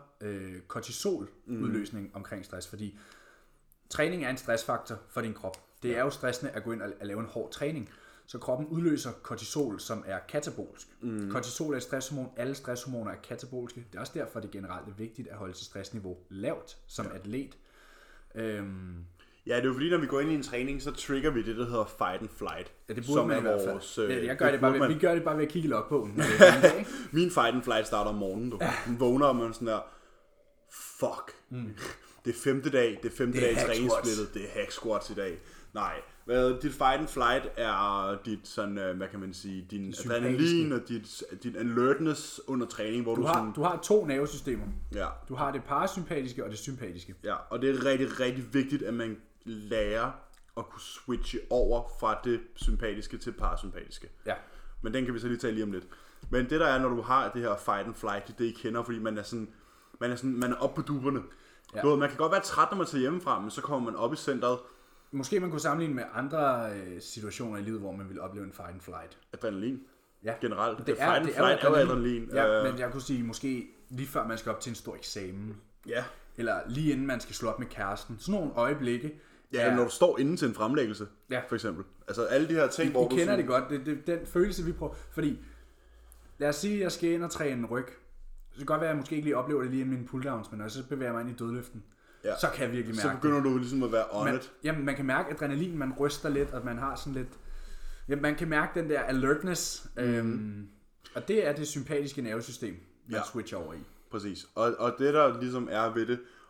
kortisoludløsning omkring stress, fordi træning er en stressfaktor for din krop. Det er jo stressende at gå ind og lave en hård træning. Så kroppen udløser kortisol, som er katabolsk. Kortisol er et stresshormon. Alle stresshormoner er katabolske. Det er også derfor, det er generelt vigtigt at holde sit stressniveau lavt som atlet. Ja, det er jo fordi, når vi går ind i en træning, så trigger vi det, der hedder fight and flight. Ja, det burde man i hvert fald. Vi gør det bare ved at kigge i logbogen. Min fight and flight starter om morgenen, du. Den vågner, og man sådan der, fuck. Det er femte dag i træningssplittet. Det er hack squats i dag. Nej, dit fight and flight er dit sådan, hvad kan man sige, din adrenalin og din alertness under træning, hvor du har 2 nervesystemer. Ja. Du har det parasympatiske og det sympatiske. Ja, og det er rigtig, rigtig vigtigt, at man lærer at kunne switche over fra det sympatiske til parasympatiske. Ja. Men den kan vi så lige tage lige om lidt. Men det der er, når du har det her fight and flight, det I kender, fordi man er oppe på duberne. Ja. Man kan godt være træt, når man tager hjemmefra, men så kommer man op i centret. Måske man kunne sammenligne med andre situationer i livet, hvor man ville opleve en fight and flight. Adrenalin. Ja. Generelt. Fight and flight er jo adrenalin. Ja, men jeg kunne sige, måske lige før man skal op til en stor eksamen. Ja. Eller lige inden man skal slå op med kæresten. Sådan nogle øjeblikke. Ja, når du står inden til en fremlæggelse, for eksempel. Altså alle de her ting, hvor du kender det godt. Det den følelse, vi prøver. Fordi, lad os sige, at jeg skal ind og træne en ryg. Så kan godt være, at jeg måske ikke lige oplever det lige inden mine pulldowns, men når jeg så bevæger mig ind i dødløften, så kan jeg virkelig mærke det. Så begynder du ligesom at være on it. Jamen, man kan mærke adrenalin, man ryster lidt, og man har sådan lidt... Jamen, man kan mærke den der alertness, og det er det sympatiske nervesystem, man switcher over i. Præcis. Og det der ligesom er ved det,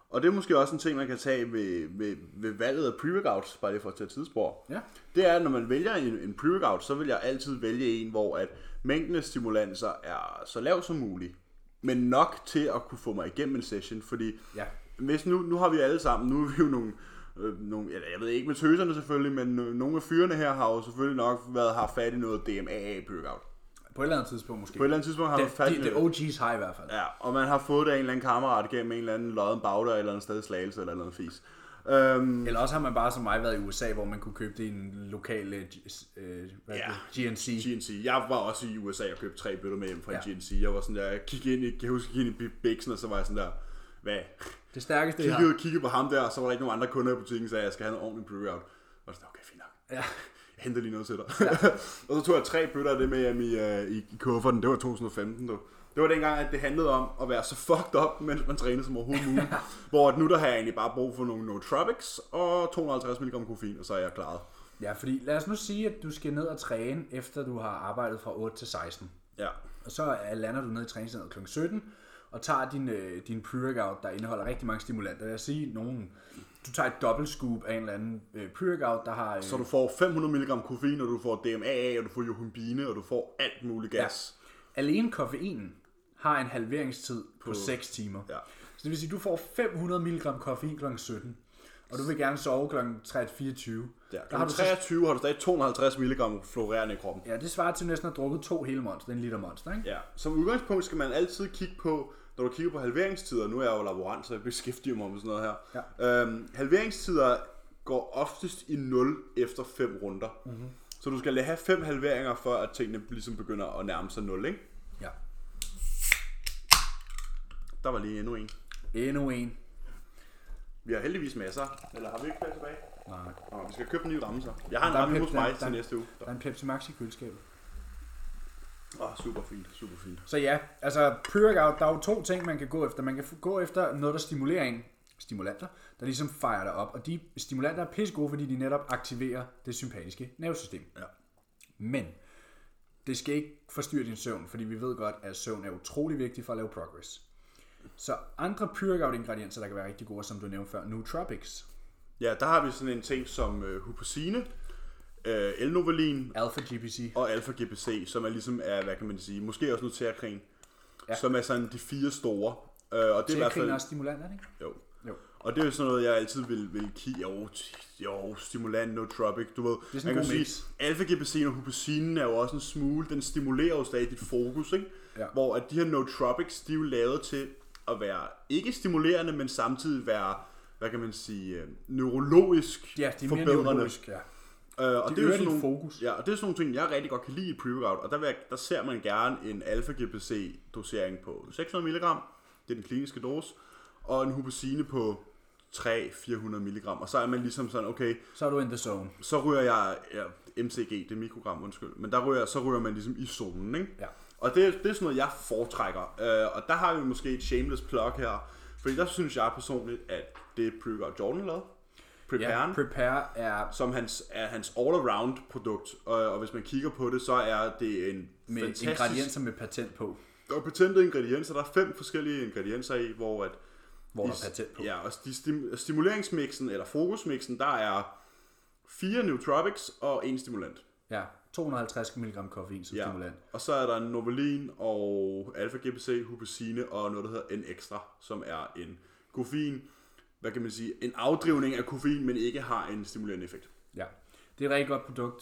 Og det er måske også en ting, man kan tage ved valget af pre-workouts, bare lige for at tage et tidsspor. Ja. Det er, at når man vælger en pre-workout, så vil jeg altid vælge en, hvor at mængden af stimulanser er så lav som muligt. Men nok til at kunne få mig igennem en session, fordi hvis nu har vi alle sammen, nu er vi jo nogle jeg ved ikke med tøserne selvfølgelig, men nogle af fyrene her har jo selvfølgelig nok haft fat i noget DMAA pre-workout. På et eller andet tidspunkt måske. På et eller andet tidspunkt har man fat i det. Det OG's har i hvert fald. Ja, og man har fået det af en eller anden kammerat gennem en eller anden lodden bagdør, eller andet sted i Slagelse, eller noget fis. Eller også har man bare som mig været i USA, hvor man kunne købe det i en lokal GNC. GNC. Jeg var også i USA og købte 3 bøtter med hjem fra en GNC. Jeg var sådan der, jeg kiggede ind i Bixen, og så var jeg sådan der, hvad? Det stærkeste kiggede på ham der, og så var der ikke nogen andre kunder i butikken, så sagde, jeg skal have noget ordentligt pre-workout. Og så okay, fint nok. Ja. Jeg henter lige noget til dig. Ja. Og så tog jeg 3 bøtter af det med hjem i kufferten. Det var 2015, du. Det var dengang, at det handlede om at være så fucked up, mens man trænede som overhovedet muligt. Hvor nu der har jeg egentlig bare brug for nogle nootropics og 250 mg koffein, og så er jeg klaret. Ja, fordi lad os nu sige, at du skal ned og træne, efter du har arbejdet fra 8 til 16. Ja. Og så lander du ned i træningscenteret kl. 17, og tager din pre-workout, der indeholder rigtig mange stimulanter. Lad os sige, du tager et dobbelt scoop af en eller anden pre-workout, der har... Så du får 500 mg koffein, og du får DMAA, og du får johambine, og du får alt muligt gas. Ja. Alene koffeinen har en halveringstid på 6 timer. Ja. Så det vil sige, at du får 500 mg koffein kl. 17, og du vil gerne sove kl. 23. Ja, kl. 23 har du stadig 250 mg florerende i kroppen. Ja, det svarer til næsten at have drukket 2 hele Monster, en liter Monster, ikke? Ja, som udgangspunkt skal man altid kigge på, når du kigger på halveringstider, nu er jeg jo laborant, så jeg beskæftiger mig med sådan noget her. Ja. Halveringstider går oftest i 0 efter 5 runder. Mm-hmm. Så du skal have 5 halveringer, for at tingene ligesom begynder at nærme sig 0, ikke? Ja. Der var lige endnu en. Endnu en. Vi har heldigvis masser. Eller har vi ikke flere tilbage? Nej. Vi skal købe en ny ramme så. Jeg har en ramme hos mig til næste uge. Der er en Pepsi Max i køleskabet. Super fint, super fint. Så ja, altså pre-workout, der er jo 2 ting, man kan gå efter. Man kan gå efter noget, der stimulerer en. Stimulanter, der ligesom fejrer dig op. Og de stimulanter er pisse gode, fordi de netop aktiverer det sympatiske nervesystem. Ja. Men det skal ikke forstyrre din søvn, fordi vi ved godt, at søvn er utrolig vigtig for at lave progress. Så andre pre-workout ingredienser, der kan være rigtig gode, som du nævnte før, nootropics. Ja, der har vi sådan en ting som hupersine, L-Novalin, Alpha-GPC og Alpha-GPC, som er ligesom, hvad kan man sige, måske også noget teakrin, som er sådan de 4 store. Og det er i hvert fald er også stimulant, er det ikke? Jo. Og det er jo sådan noget, jeg altid vil kigge. Jo, stimulant, nootropic, du ved. Det er sådan en god mix. Alpha-GPC og hupersinen er jo også en smule, den stimulerer jo stadig dit fokus, ikke? Ja. Hvor at de her nootropics, de er jo lavet til at være ikke stimulerende, men samtidig være, hvad kan man sige, neurologisk forbedrende. Ja, de er mere neurologisk, ja. Og det er jo sådan nogle fokus. Ja, og det er sådan nogle ting, jeg rigtig godt kan lide i pre-workout, og der ser man gerne en alpha-GPC dosering på 600 mg, det er den kliniske dose, og en hupersine på 300-400 mg, og så er man ligesom sådan, okay, så er du in the zone. Så ryger jeg, MCG, det er mikrogram, undskyld, men så ryger man ligesom i zonen, ikke? Ja. Og det er sådan noget, jeg foretrækker, og der har vi måske et shameless plug her, fordi der synes jeg personligt, at det er pre-workout Jordan lavede. Prepare er... Som hans all-around produkt, og hvis man kigger på det, så er det en med fantastisk... ingredienser med patent på. Og patentede ingredienser, der er 5 forskellige ingredienser i, hvor der er patent på. Ja, og stimuleringsmixen, eller fokusmixen, der er 4 nootropics og 1 stimulant. Ja, 250 mg koffein som stimulant. Og så er der en Novalin og Alpha-GPC, hupersine og noget, der hedder en ekstra, som er en koffein, hvad kan man sige, en afdrivning af koffein, men ikke har en stimulerende effekt. Ja, det er et rigtig godt produkt,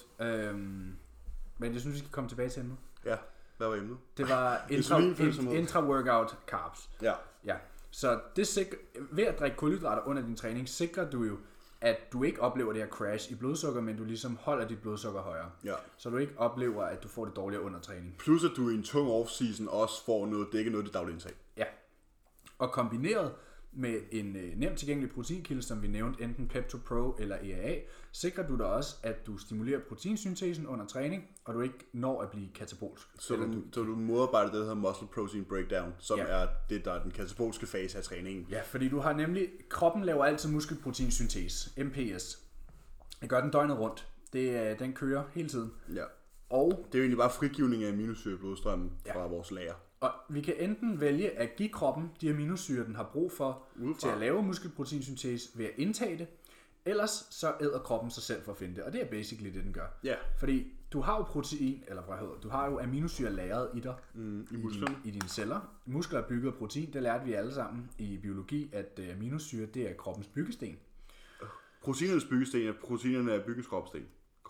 men jeg synes, vi skal komme tilbage til emnet. Ja, hvad var emnet? Det var intra-workout carbs. Ja. Så det ved at drikke kulhydrater under din træning, sikrer du jo, at du ikke oplever det her crash i blodsukker, men du ligesom holder dit blodsukker højere. Ja. Så du ikke oplever, at du får det dårligere under træning. Plus at du i en tung off-season også får noget, det ikke er noget, det daglige indtag. Ja. Og kombineret med en nemt tilgængelig proteinkilde, som vi nævnte, enten Pepto Pro eller EAA, sikrer du dig også, at du stimulerer proteinsyntesen under træning, og du ikke når at blive katabolsk. Så du modarbejder det, der hedder muscle protein breakdown, som er det, der er den katabolske fase af træningen. Ja, fordi du har nemlig, kroppen laver altid muskelproteinsyntese, MPS. Det gør den døgnet rundt. Den kører hele tiden. Ja. Og det er jo egentlig bare frigivning af aminosyre i blodstrømmen fra vores lager. Og vi kan enten vælge at give kroppen de aminosyrer, den har brug for til at lave muskelproteinsyntese ved at indtage det. Ellers så æder kroppen sig selv for at finde det, og det er basically det, den gør. Ja. Fordi du har jo protein, eller hvad hedder du har jo aminosyrer lagret i dig, i dine celler. Muskler er bygget af protein, det lærte vi alle sammen i biologi, at aminosyre, det er kroppens byggesten. Proteinernes byggesten, proteinerne er byggeskropsten.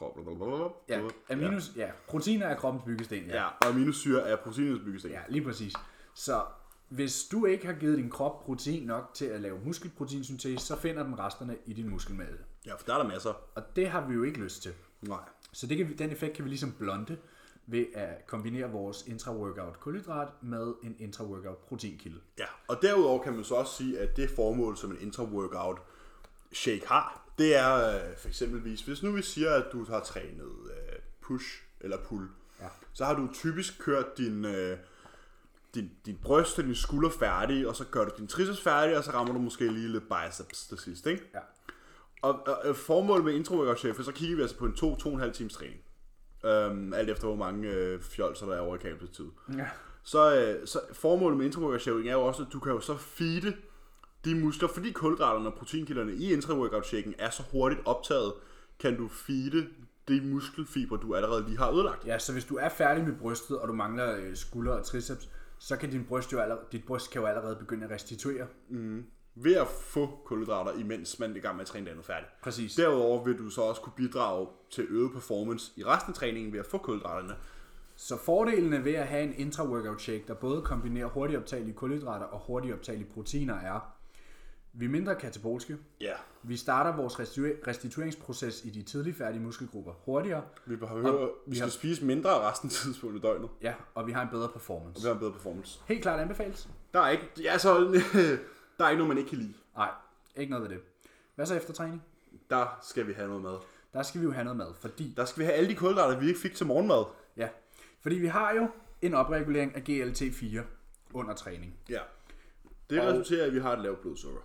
Proteiner er kroppens byggesten. Ja, og aminosyre er proteinernes byggesten. Ja, lige præcis. Så hvis du ikke har givet din krop protein nok til at lave muskelproteinsyntese, så finder den resterne i din muskelmasse. Ja, for der er der masser. Og det har vi jo ikke lyst til. Nej. Så den effekt kan vi ligesom blonde ved at kombinere vores intra-workout kulhydrat med en intra-workout proteinkilde. Ja, og derudover kan man så også sige, at det formål, som en intra-workout shake har, det er for eksempelvis, hvis nu vi siger, at du har trænet push eller pull, så har du typisk kørt din bryst og din skulder færdig, og så gør du din triceps færdig, og så rammer du måske lige lidt biceps til sidst, ikke? Ja. Og formålet med intra-workout shake, så kigger vi altså på en 2-2,5 times træning. Alt efter hvor mange fjolser der er over i kabeltid. Ja. Så formålet med intra-workout shaking er jo også, at du kan jo så feede de muskler, fordi kulhydraterne og proteinkilderne i intra-workout shaking er så hurtigt optaget, kan du feede de muskelfibre, du allerede lige har ødelagt. Ja, så hvis du er færdig med brystet, og du mangler skulder og triceps, så kan dit bryst kan jo allerede begynde at restituere. Ved at få kulhydrater, imens man er i gang med at træne det andet færdigt. Præcis. Derudover vil du så også kunne bidrage til øget performance i resten af træningen ved at få kulhydraterne. Så fordelene ved at have en intra-workout shake, der både kombinerer hurtigt optagelige kulhydrater og hurtigt optagelige proteiner er, vi er mindre katabolske. Ja. Vi starter vores restitueringsproces i de tidligt færdige muskelgrupper hurtigere. Vi skal spise mindre af resten af tidspunktet i døgnet. Ja, og vi har en bedre performance. Helt klart anbefales. Der er ikke noget, man ikke kan lide. Nej, ikke noget ved det. Hvad så efter træning? Der skal vi have noget mad. Der skal vi jo have noget mad, fordi... Der skal vi have alle de kulhydrater, vi ikke fik til morgenmad. Ja, fordi vi har jo en opregulering af GLT-4 under træning. Ja. Det resulterer i, at vi har et lavt blodsukker.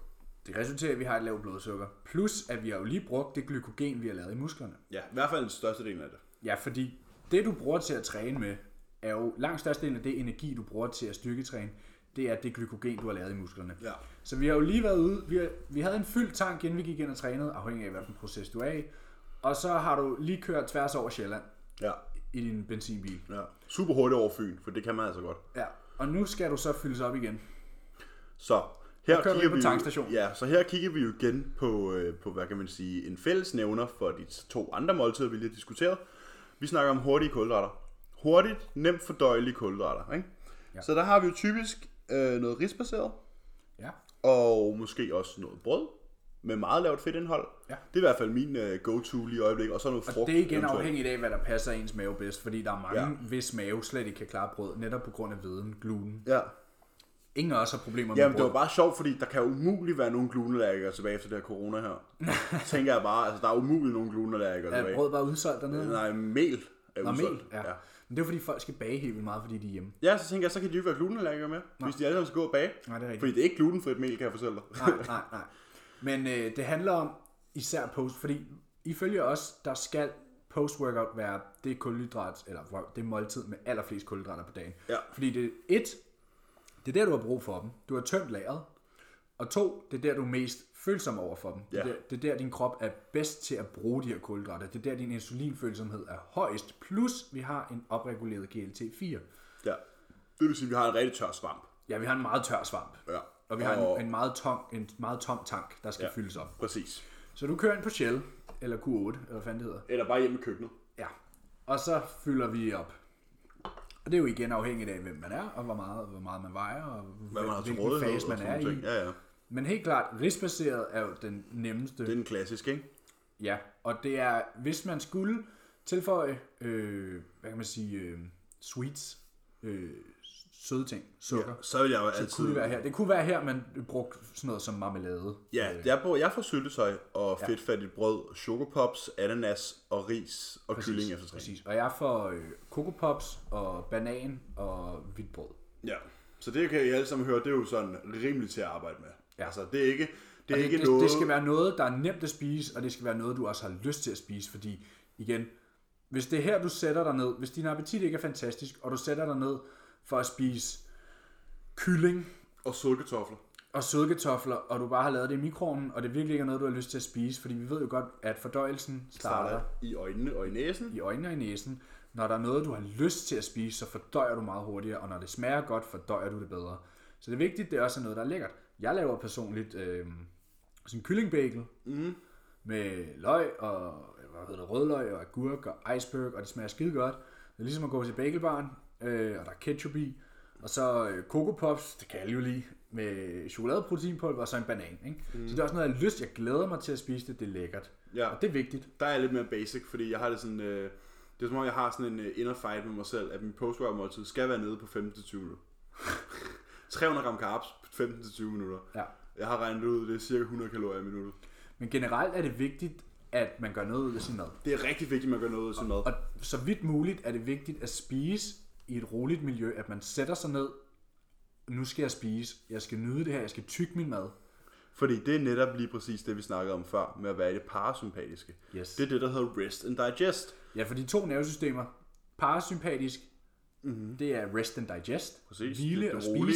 Plus, at vi har jo lige brugt det glykogen, vi har lavet i musklerne. Ja, i hvert fald den største del af det. Ja, fordi det, du bruger til at træne med, er jo langt størstedelen af det energi, du bruger til at styrketræne, det er det glykogen, du har lavet i musklerne. Ja. Så vi har jo lige været ude, vi havde en fyldt tank, inden vi gik ind og trænede, afhængig af, hvilken proces du er i. Og så har du lige kørt tværs over Sjælland i din benzinbil. Ja. Super hurtigt over Fyn, for det kan man altså godt. Ja, og nu skal du så fyldes op igen. Så her kigger vi på tankstationen. Ja, så her kigger vi jo igen på hvad kan man sige, en fællesnævner for de to andre måltider, vi lige har diskuteret. Vi snakker om hurtige kulhydrater. Hurtigt, nemt fordøjelige kulhydrater, ikke? Ja. Så der har vi jo typisk noget risbaseret. Ja. Og måske også noget brød med meget lavt fedtindhold. Ja. Det er i hvert fald min go-to lige i øjeblikket. Og så noget frugt. Og det er igen afhængigt af, hvad der passer ens mave bedst. Fordi der er mange, hvis mave slet ikke kan klare brød, netop på grund af hveden, gluten. Ja. Ingen af os har problemer med brød. Jamen det var bare sjovt, fordi der kan umuligt være nogen glutenallergikere tilbage efter det her corona her. Tænker jeg bare, altså der er umuligt nogen glutenallergikere tilbage. Er brød bare udsolgt dernede? Nej, mel er udsolgt. Mel, ja. Men det er fordi folk skal bage helt vildt meget, fordi de er hjemme. Ja, så tænker jeg, så kan de jo være glutenallergikere med, hvis de alle sammen skal gå og bage. Nej, det er rigtigt. Fordi det er ikke glutenfrit mel, kan jeg fortælle dig. Nej. Men det handler om især post, fordi ifølge os, der skal post-workout være det kulhydrat, eller det måltid med allerflest kulhydrater på dagen. Ja. Fordi det er der, du har brug for dem. Du har tømt lageret. Og 2, det er der, du er mest følsom over for dem. Ja. Det er der, din krop er bedst til at bruge de her kulhydrater. Det er der, din insulinfølsomhed er højst. Plus, vi har en opreguleret GLT-4. Ja, det vil sige, at vi har en rigtig tør svamp. Ja, vi har en meget tør svamp. Ja. Og vi har en meget tom tank, der skal fyldes op. Præcis. Så du kører ind på Shell, eller Q8, eller hvad fanden det hedder. Eller bare hjemme i køkkenet. Ja, og så fylder vi op. Og det er jo igen afhængigt af, hvem man er, og hvor meget man vejer, og hvilken fase man er i. Ja. Men helt klart, risbaseret er jo den nemmeste. Det er den klassiske, ikke? Ja, og det er, hvis man skulle tilføje, hvad kan man sige, sweets, søde ting, sukker. Ja, så vil jeg jo altid... Så kunne det være her. Det kunne være her, man brugte sådan noget som marmelade. Ja, jeg får syltetøj og fedtfattigt brød, chokopops, ananas og ris og kylling efter træning. Præcis, og jeg får cocopops og banan og hvidt brød. Ja, så det kan I alle sammen høre, det er jo sådan rimeligt til at arbejde med. Ja. Altså, det er ikke... Det skal være noget, der er nemt at spise, og det skal være noget, du også har lyst til at spise, fordi igen, hvis det er her, du sætter dig ned, hvis din appetit ikke er fantastisk, og du sætter dig ned for at spise kylling Og sølkartofler. og sødkartofler, og du bare har lavet det i mikroovnen, og det virkelig ikke er noget, du har lyst til at spise, fordi vi ved jo godt, at fordøjelsen starter I øjnene og i næsen. i øjnene og i næsen. Når der er noget, du har lyst til at spise, så fordøjer du meget hurtigere, og når det smager godt, fordøjer du det bedre. Så det er vigtigt, det er også noget, der er lækkert. Jeg laver personligt sådan en kyllingbagel med løg og rødløg og agurk og iceberg, og det smager skide godt. Det er ligesom at gå til bagelbaren, og der er ketchup i, og så Coco Pops, det kan alle jo lide, med chokoladeproteinpulver og så en banan. Ikke? Så det er også noget, jeg har lyst. Jeg glæder mig til at spise det. Det er lækkert. Ja. Og det er vigtigt. Der er lidt mere basic, fordi jeg har det sådan... det er som om, jeg har sådan en inner fight med mig selv, at min post-workout måltid skal være nede på 15-20 minutter. 300 gram carbs på 15-20 minutter. Ja. Jeg har regnet ud, det er cirka 100 kalorier i minuttet. Men generelt er det vigtigt, at man gør noget ud af sin mad. Det er rigtig vigtigt, at man gør noget ud af sin mad. Og så vidt muligt er det vigtigt at spise i et roligt miljø, at man sætter sig ned. Nu skal jeg spise. Jeg skal nyde det her. Jeg skal tygge min mad. Fordi det er netop lige præcis det, vi snakkede om før, med at være i det parasympatiske. Yes. Det er det, der hedder rest and digest. Ja, for de to nervesystemer, parasympatisk, det er rest and digest, præcis. Hvile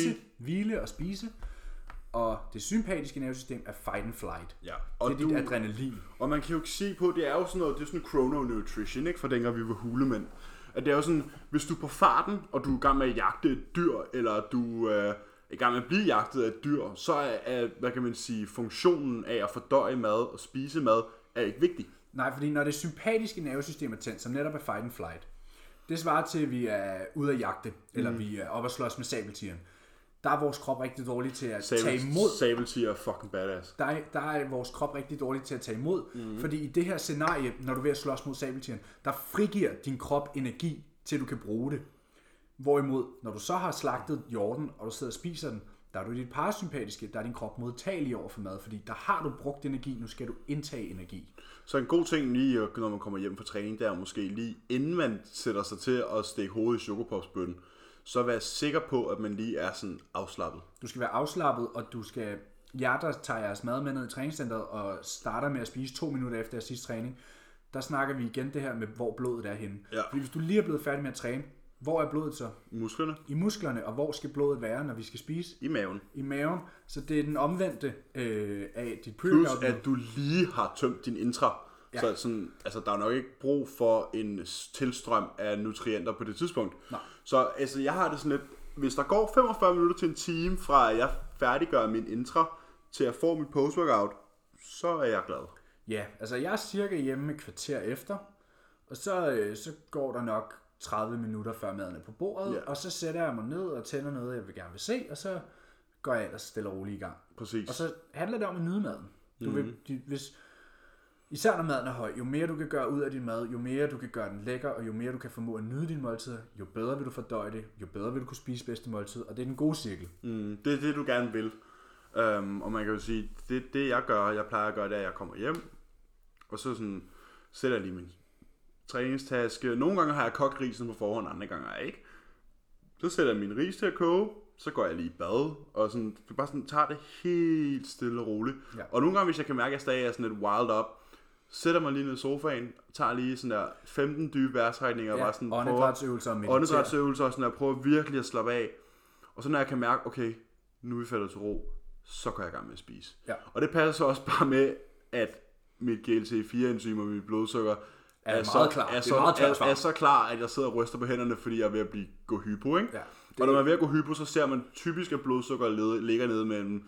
og spise, og det sympatiske nervesystem er fight and flight. Ja. Og det er dit adrenalin. Og man kan jo se på, det er jo sådan noget, det er sådan chrononutrition, ikke, for dengang vi var hulemænd. At det er jo sådan, hvis du er på farten, og du er i gang med at jagte et dyr, eller du er i gang med at blive jagtet af et dyr, så er, hvad kan man sige, funktionen af at fordøje mad og spise mad, er ikke vigtig. Nej, fordi når det sympatiske nervesystem er tændt, som netop er fight and flight, det svarer til, at vi er ude at jagte, eller vi er oppe at slås med sabeltigeren. Der er vores krop rigtig dårlig til at tage imod. Sabeltiger er fucking badass. Der er vores krop rigtig dårlig til at tage imod, fordi i det her scenarie, når du er ved at slås mod sabeltigeren, der frigiver din krop energi, til du kan bruge det. Hvorimod, når du så har slagtet hjorten, og du sidder og spiser den, der er du i dit parasympatiske, der er din krop modtagelig over for mad, fordi der har du brugt energi, nu skal du indtage energi. Så en god ting lige, når man kommer hjem fra træning, det er måske lige, inden man sætter sig til at stikke hovedet i chokopopsbøtten, så vær sikker på, at man lige er sådan afslappet. Du skal være afslappet, og du skal... Jeg, der tager jeres mad med ned i træningscenteret og starter med at spise 2 minutter efter jeres sidste træning, der snakker vi igen det her med, hvor blodet er henne. Ja. Fordi hvis du lige er blevet færdig med at træne, hvor er blodet så? Musklerne. I musklerne, og hvor skal blodet være, når vi skal spise? I maven. I maven. Så det er den omvendte af dit pre-workout. Plus at du lige har tømt din intra. Ja. Så sådan, altså, der er nok ikke brug for en tilstrøm af nutrienter på det tidspunkt. Nej. Så altså, jeg har det sådan lidt, hvis der går 45 minutter til en time fra at jeg færdiggør min intra til at få mit post-workout, så er jeg glad. Ja, altså jeg er cirka hjemme et kvarter efter, og så går der nok 30 minutter før maden er på bordet, og så sætter jeg mig ned og tænder noget, jeg vil gerne vil se, og så går jeg ellers stille og roligt i gang. Præcis. Og så handler det om at nyde maden. Især når maden er høj, jo mere du kan gøre ud af din mad, jo mere du kan gøre den lækker, og jo mere du kan formå at nyde din måltid, jo bedre vil du fordøje det, jo bedre vil du kunne spise bedste måltid, og det er den gode cirkel. Det er det, du gerne vil. Og man kan jo sige, det jeg gør, jeg plejer at gøre, det er, at jeg kommer hjem, og så sådan, sætter jeg lige min træningstaske. Nogle gange har jeg kogt risen på forhånd, andre gange har jeg ikke. Så sætter jeg min ris til at koge, så går jeg lige i bad, og sådan, bare sådan tager det helt stille og roligt. Ja. Og nogle gange, hvis jeg kan mærke, at jeg stadig er sådan lidt wild up, sætter mig lige ned i sofaen, tager lige sådan der 15 dybe vejrtrækninger, og bare sådan åndedrætsøvelser, og sådan der, prøver virkelig at slappe af. Og så når jeg kan mærke, okay, nu er vi faldet til ro, så går jeg i gang med at spise. Ja. Og det passer så også bare med, at mit GLT-4-enzym og mit blodsukker er så klar, at jeg sidder og ryster på hænderne, fordi jeg er ved at gå hypo, ikke? Ja, og når man er ved at gå hypo, så ser man typisk, at blodsukker ligger nede mellem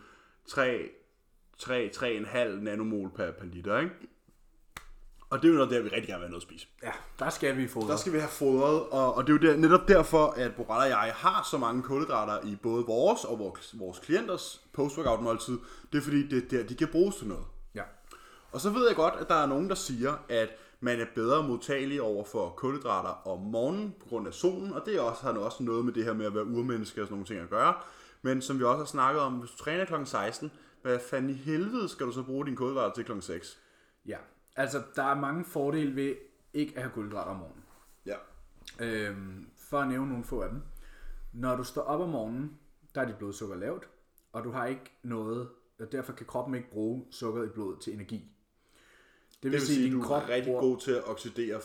3,5 nanomol per liter, ikke? Og det er jo noget der, vi rigtig gerne vil have noget at spise. Ja, der skal vi fodre. Der skal vi have fodret, og det er jo netop derfor, at Borrell og jeg har så mange kulhydrater i både vores og vores klienters post-workout måltid. Det er fordi, det er der, de kan bruges til noget. Ja. Og så ved jeg godt, at der er nogen, der siger, at man er bedre modtagelig over for kulhydrater om morgenen på grund af solen, og det har også noget med det her med at være urmenneske og sådan nogle ting at gøre. Men som vi også har snakket om, hvis du træner kl. 16, hvad fanden i helvede skal du så bruge dine kulhydrater til kl. 6? Ja, altså der er mange fordele ved ikke at have kulhydrater om morgenen. Ja. For at nævne nogle få af dem. Når du står op om morgenen, der er dit blodsukker lavt, og du har ikke noget, og derfor kan kroppen ikke bruge sukkeret i blodet til energi. Det vil sige, at din krop er rigtig god til at oxidere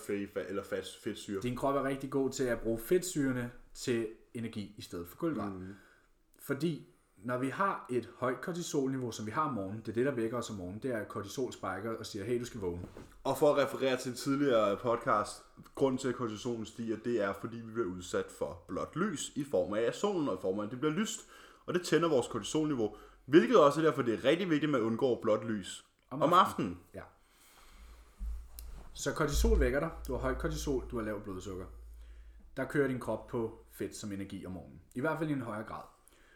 fedtsyre. Din krop er rigtig god til at bruge fedtsyrene til energi i stedet for kulhydrater. Fordi når vi har et højt kortisolniveau, som vi har om morgenen, det er det, der vækker os om morgenen, det er, at kortisol spiker og siger, hey, du skal vågne. Og for at referere til en tidligere podcast, grunden til, at kortisolen stiger, det er, fordi vi bliver udsat for blåt lys i form af solen, og i form af, at det bliver lyst. Og det tænder vores kortisolniveau, hvilket også er derfor, det er rigtig vigtigt, at man undgår blåt lys om aftenen. Ja. Så kortisol vækker dig. Du har højt kortisol, du har lavt blodsukker. Der kører din krop på fedt som energi om morgenen. I hvert fald i en højere grad.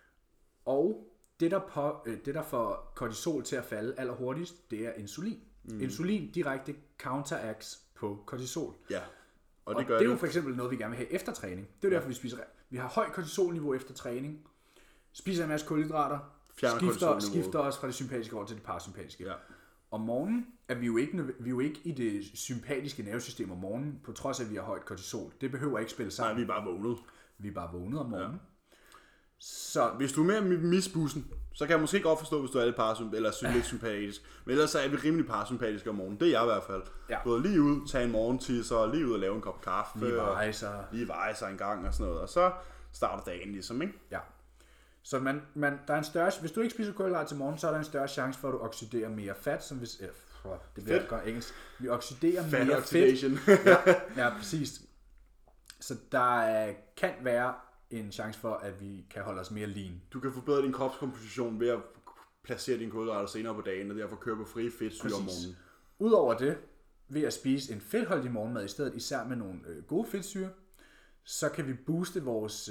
Og det der får kortisol til at falde allerhurtigst, det er insulin. Insulin direkte counteracts på kortisol. Ja. Og det er jo for eksempel noget, vi gerne vil have efter træning. Det er jo derfor, vi spiser. Vi har højt kortisolniveau efter træning. Spiser en masse kulhydrater. Skifter os fra det sympatiske over til det parasympatiske. Ja. Om morgenen er vi jo ikke i det sympatiske nervesystem om morgenen, på trods af, at vi har højt kortisol. Det behøver ikke spille sammen. Nej, vi er bare vågnet. Vi er bare vågnet om morgenen. Ja. Så hvis du er med misbussen, så kan jeg måske godt forstå, hvis du er lidt lidt sympatisk. Men ellers så er vi rimelig parasympatiske om morgenen. Det er jeg i hvert fald. Ja. Både lige ud, tage en morgentis, og lige ud og lave en kop kaffe. Lige veje sig en gang og sådan noget. Og så starter dagen ligesom, ikke? Ja. Så der er en større, hvis du ikke spiser kulhydrater til morgen, så er der en større chance for, at du oxiderer mere fat, som hvis... det bliver godt engelsk. Vi oxiderer fat mere oxidation. fedt. Ja, præcis. Så der kan være en chance for, at vi kan holde os mere lean. Du kan forbedre din kropskomposition ved at placere dine kulhydrater senere på dagen, og derfor køre på frie fedtsyre om morgenen. Udover det, ved at spise en fedtholdig morgenmad i stedet, især med nogle gode fedtsyre, så kan vi booste vores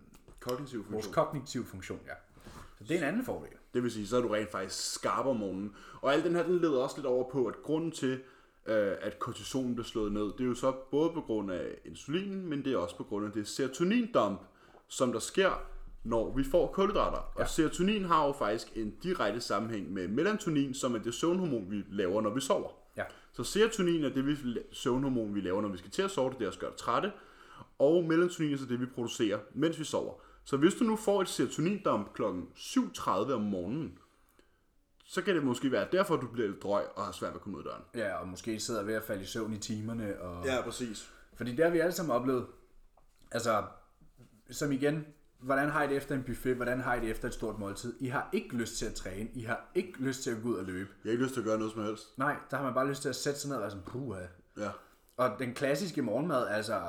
kognitive funktion. Ja. Så det er en anden fordel. Det vil sige, så er du rent faktisk skarp om morgenen. Og alt den her, den leder også lidt over på, at grunden til, at kortisolen bliver slået ned, det er jo så både på grund af insulinen, men det er også på grund af det serotonindump, som der sker, når vi får kulhydrater. Ja. Og serotonin har jo faktisk en direkte sammenhæng med melatonin, som er det søvnhormon, vi laver, når vi sover. Ja. Så serotonin er det søvnhormon, vi laver, når vi skal til at sove, det er det, der gør dig trætte. Og melatonin er så det, vi producerer, mens vi sover. Så hvis du nu får et serotonindump kl. 7.30 om morgenen, så kan det måske være derfor, du bliver lidt drøg og har svært ved at komme ud af døren. Ja, og måske sidder ved at falde i søvn i timerne. Og... Ja, præcis. Fordi det har vi alle sammen oplevet. Altså, som igen, hvordan har I det efter en buffet? Hvordan har I det efter et stort måltid? I har ikke lyst til at træne. I har ikke lyst til at gå ud og løbe. Jeg har ikke lyst til at gøre noget som helst. Nej, der har man bare lyst til at sætte sig ned og være sådan, puha. Ja. Og den klassiske morgenmad, altså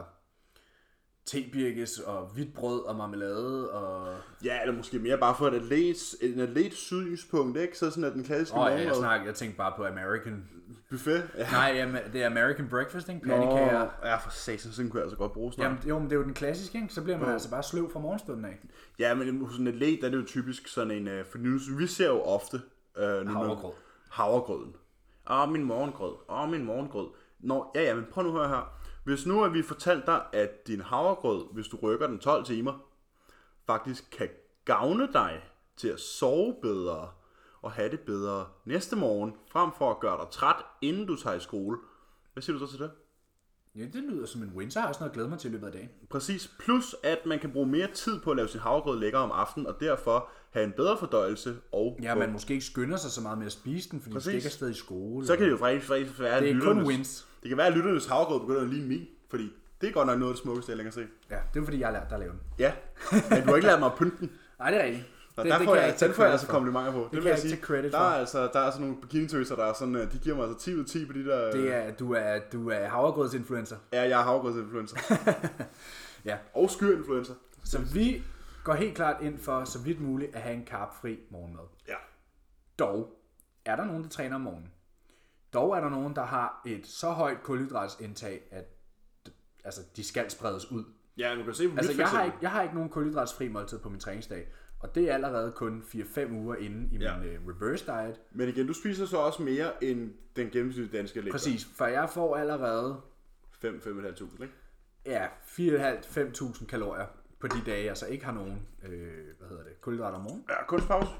tebirkes og hvidt brød og marmelade og... Ja, eller måske mere bare for en atlet synspunkt, ikke? Så sådan at den klassiske morgenmad... Jeg tænkte bare på American... Buffet? Ja. Nej, det er American breakfast, ikke? Pandekager. Ja, for satan, sådan kunne jeg altså godt bruge snart. Jamen, men det er jo den klassiske, ikke? Så bliver man altså bare sløv fra morgenstunden af. Ja, men hos en atlet, der er det jo typisk sådan en... For nu, vi ser jo ofte... Havregrøden. Min morgengrød. Nå, ja, men prøv nu at høre her. Hvis nu at vi fortalt dig, at din havregrød, hvis du rykker den 12 timer, faktisk kan gavne dig til at sove bedre og have det bedre næste morgen, frem for at gøre dig træt, inden du tager i skole. Hvad siger du så til det? Ja, det lyder som en win, så har jeg også noget at glæde mig til i løbet af dagen. Præcis, plus at man kan bruge mere tid på at lave sin havregrød lækker om aftenen, og derfor have en bedre fordøjelse. Og ja, man måske ikke skynder sig så meget med at spise den, fordi man skal ikke afsted i skole. Så kan det jo faktisk være, det er kun wins. Det kan være, at lytternes havregrød begynder at ligne min, fordi det er godt nok noget af det smukkeste, jeg længere se. Ja, det er fordi, jeg har lært dig at lave den. Ja, men du har ikke lært mig at pynte den. Nej, det er rigtigt. Den får jeg altså komplimenter på. Det kan jeg ikke tage credit for. Der er altså nogle bikinitøser, der er sådan, de giver mig altså 10 ud af 10 på de der... Du er havregrødsinfluencer. Ja, jeg er havregrødsinfluencer. Ja. Og skyrinfluencer. Så vi går helt klart ind for, så vidt muligt, at have en carb-fri morgenmad. Ja. Dog er der nogen, der træner om morgenen. Dog er der nogen, der har et så højt kulhydratsindtag, at altså, de skal spredes ud. Ja, du kan se på jeg har ikke nogen kulhydratsfri måltid på min træningsdag. Og det er allerede kun 4-5 uger inde i min reverse diet. Men igen, du spiser så også mere end den gennemsnitlige danske lægter. Præcis, for jeg får allerede 5.500, ikke? Ja, 4.500-5.000 kalorier på de dage, jeg så ikke har nogen kulhydrater om morgenen. Ja, kunstpause.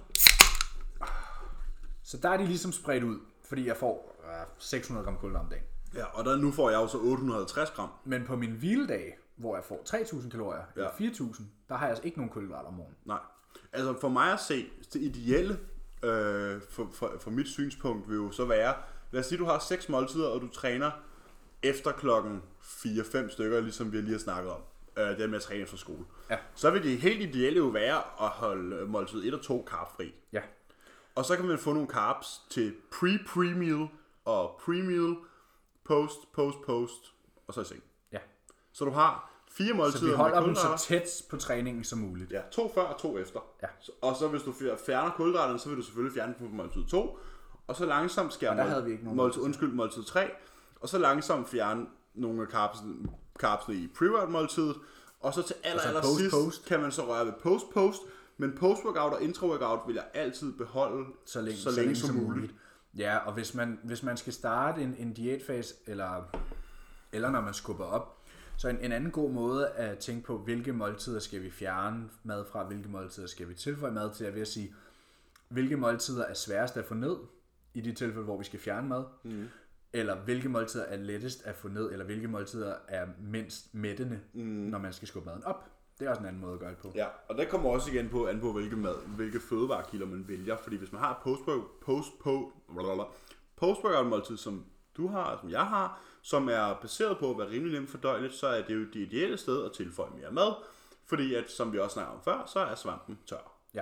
Så der er de ligesom spredt ud, fordi jeg får 600 gram kulhydrater om dagen. Ja, og nu får jeg jo så 850 gram. Men på min hviledag, hvor jeg får 3.000 kalorier, eller 4.000, der har jeg altså ikke nogen kulhydrater om morgenen. Nej. Altså for mig at se, det ideelle for mit synspunkt vil jo så være, lad os sige, du har 6 måltider, og du træner efter klokken 4-5 stykker, ligesom vi lige har snakket om. det med at træne efter skole. Ja. Så vil det helt ideelle jo være at holde måltid 1 og 2 carb-fri. Ja. Og så kan man få nogle carbs til pre-meal og pre-meal, post, og så i seng. Ja. Så du har 4 måltider. Så vi holder dem så tæt på træningen som muligt. Ja, 2 før og 2 efter. Ja. Og så hvis du fjerner kulhydraterne, så vil du selvfølgelig fjerne dem på måltid 2. Og så langsomt skære måltid 3. Og så langsomt fjerne nogle af carbsene i pre-workout måltidet. Og så til allersidst kan man så røre ved post. Men post-workout og intra-workout vil jeg altid beholde så længe som muligt. Ja, og hvis man skal starte en diætfase, eller når man skubber op, så en anden god måde at tænke på, hvilke måltider skal vi fjerne mad fra, hvilke måltider skal vi tilføje mad til, er ved at sige, hvilke måltider er sværest at få ned, i de tilfælde, hvor vi skal fjerne mad, eller hvilke måltider er lettest at få ned, eller hvilke måltider er mindst mættende, når man skal skubbe maden op. Det er også en anden måde at gøre det på. Ja, og det kommer også igen an på hvilke fødevarekilder man vælger, fordi hvis man har et post-workout måltid, som du har, som jeg har, som er baseret på at være rimelig nemt fordøjeligt, så er det jo det ideelle sted at tilføje mere mad, fordi at, som vi også snakkede om før, så er svampen tør. Ja.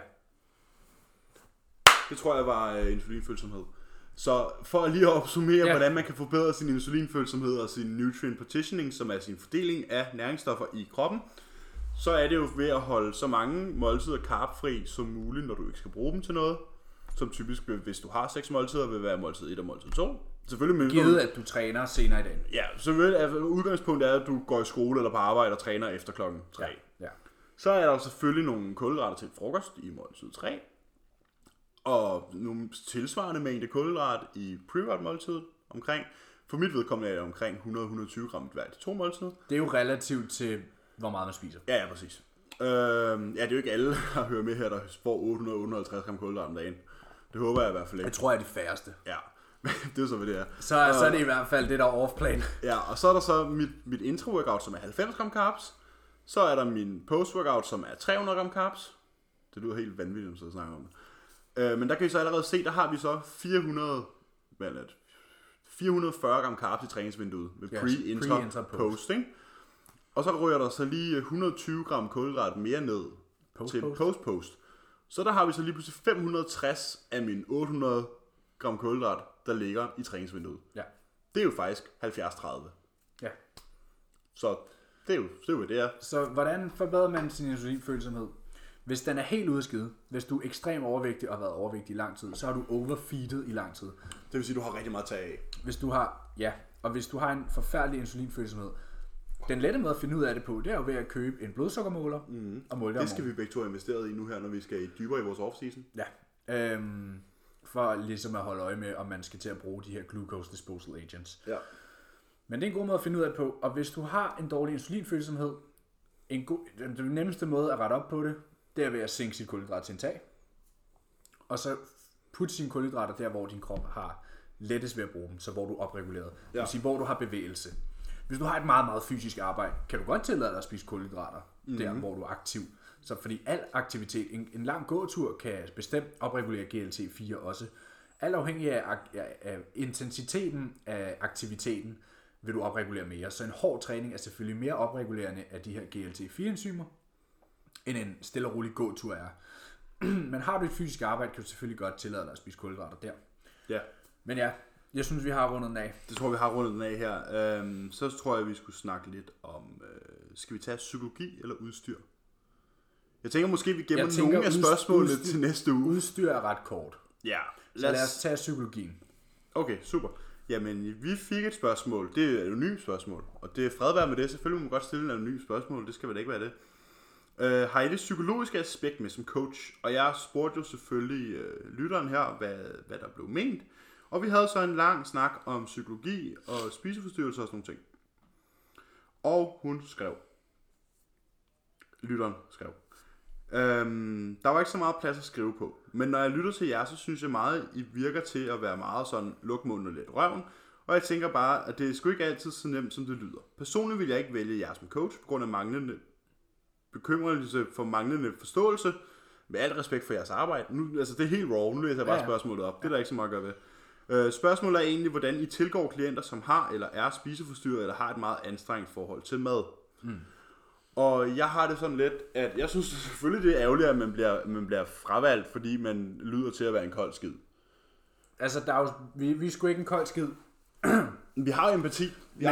Det tror jeg var insulinfølsomhed. Så for lige at opsummere, hvordan man kan forbedre sin insulinfølsomhed og sin nutrient partitioning, som er sin fordeling af næringsstoffer i kroppen, så er det jo ved at holde så mange måltider carbfri som muligt, når du ikke skal bruge dem til noget. Som typisk, hvis du har 6 måltider, vil være måltid 1 og måltid 2. Selvfølgelig givet, at du træner senere i dagen. Ja, selvfølgelig. Udgangspunktet er, at du går i skole eller på arbejde og træner efter klokken 3. Ja. Så er der selvfølgelig nogle kulhydrater til frokost i måltid 3. Og nogle tilsvarende mængde kulhydrat i pre-workout måltidet omkring. For mit vedkommende er det omkring 100-120 gram hver til 2 måltider. Det er jo relativt til, hvor meget man spiser. Ja, præcis. Det er jo ikke alle, der hører med her, der får 800-850 gram kulhydrat om dagen. Det håber jeg i hvert fald ikke. Jeg tror, jeg er de færreste. Ja, det er så, hvad det er. Så er det i hvert fald det, der er off-plan. Ja, og så er der så mit intra-workout, som er 90 gram carbs. Så er der min post-workout, som er 300 gram carbs. Det lyder helt vanvittigt, at snakke om det. Men der kan I så allerede se, der har vi så 440 gram carbs i træningsvinduet med pre-intra, post, ikke? Og så ryger der så lige 120 gram kulhydrat mere ned til post. Så der har vi så lige pludselig 560 af mine 800 gram kulhydrat, der ligger i træningsvinduet. Ja. Det er jo faktisk 70-30. Ja. Så det er jo det er. Så hvordan forbedrer man sin insulinfølsomhed? Hvis den er helt ude af skide, hvis du er ekstremt overvægtig og har været overvægtig i lang tid, så har du overfeedet i lang tid. Det vil sige, at du har rigtig meget at tage af. Hvis du har en forfærdelig insulinfølsomhed, den lette måde at finde ud af det på, det er jo ved at købe en blodsukkermåler og måle det. Det skal vi begge to have investeret i nu her, når vi skal dybere i vores off-season. Ja. For ligesom at holde øje med, om man skal til at bruge de her glucose disposal agents. Ja. Men det er en god måde at finde ud af det på. Og hvis du har en dårlig insulinfølsomhed, den nemmeste måde at rette op på det, det er ved at sænke sit kulhydratindtag. Og så putte sine kulhydrater der, hvor din krop har lettest ved at bruge dem, så hvor du er opreguleret. Det vil sige, hvor du har bevægelse. Hvis du har et meget, meget fysisk arbejde, kan du godt tillade dig at spise kulhydrater, der hvor du er aktiv. Så fordi al aktivitet, en lang gåtur kan bestemt opregulere GLT-4 også. Alt afhængig af intensiteten af aktiviteten, vil du opregulere mere. Så en hård træning er selvfølgelig mere opregulerende af de her GLT-4-enzymer, end en stille og rolig gåtur er. Men har du et fysisk arbejde, kan du selvfølgelig godt tillade dig at spise kulhydrater der. Ja. Men ja, jeg synes, vi har rundet den af. Det tror vi har rundet den af her. Så tror jeg, vi skulle snakke lidt om, skal vi tage psykologi eller udstyr? Jeg tænker måske, vi gemmer nogle af spørgsmålene til næste uge. Udstyr er ret kort. Ja. Så lad os tage psykologien. Okay, super. Jamen, vi fik et spørgsmål. Det er et anonymt spørgsmål. Og det er fred være med det. Selvfølgelig må man godt stille en anonym spørgsmål. Det skal vel ikke være det. Har I det psykologiske aspekt med som coach? Og jeg spurgte jo selvfølgelig lytteren her, hvad der blev ment. Og vi havde så en lang snak om psykologi og spiseforstyrrelser og sådan nogle ting. Og hun skrev. Lytteren skrev. Der var ikke så meget plads at skrive på. Men når jeg lytter til jer, så synes jeg meget, I virker til at være meget sådan luk munden og lidt røven. Og jeg tænker bare, at det er sgu ikke altid så nemt, som det lyder. Personligt vil jeg ikke vælge jer som coach, på grund af manglende bekymrelse for manglende forståelse. Med al respekt for jeres arbejde. Nu, altså det er helt raw, nu læser jeg bare spørgsmålet op. Det er der ikke så meget at gøre ved. Spørgsmålet er egentlig, hvordan I tilgår klienter, som har eller er spiseforstyrret, eller har et meget anstrengt forhold til mad. Og jeg har det sådan lidt, at jeg synes selvfølgelig, det er ærgerligt, at man bliver fravalgt, fordi man lyder til at være en kold skid. Altså, der er jo, vi er sgu ikke en kold skid. Vi har empati.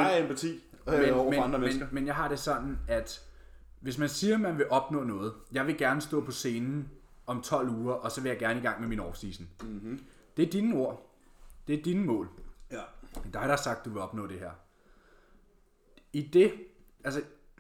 Over for andre mennesker. Men jeg har det sådan, at hvis man siger, at man vil opnå noget, jeg vil gerne stå på scenen om 12 uger, og så vil jeg gerne i gang med min offseason. Mm-hmm. Det er dine ord. Det er dine mål. Ja. Det er dig, der har sagt, at du vil opnå det her. I det, altså,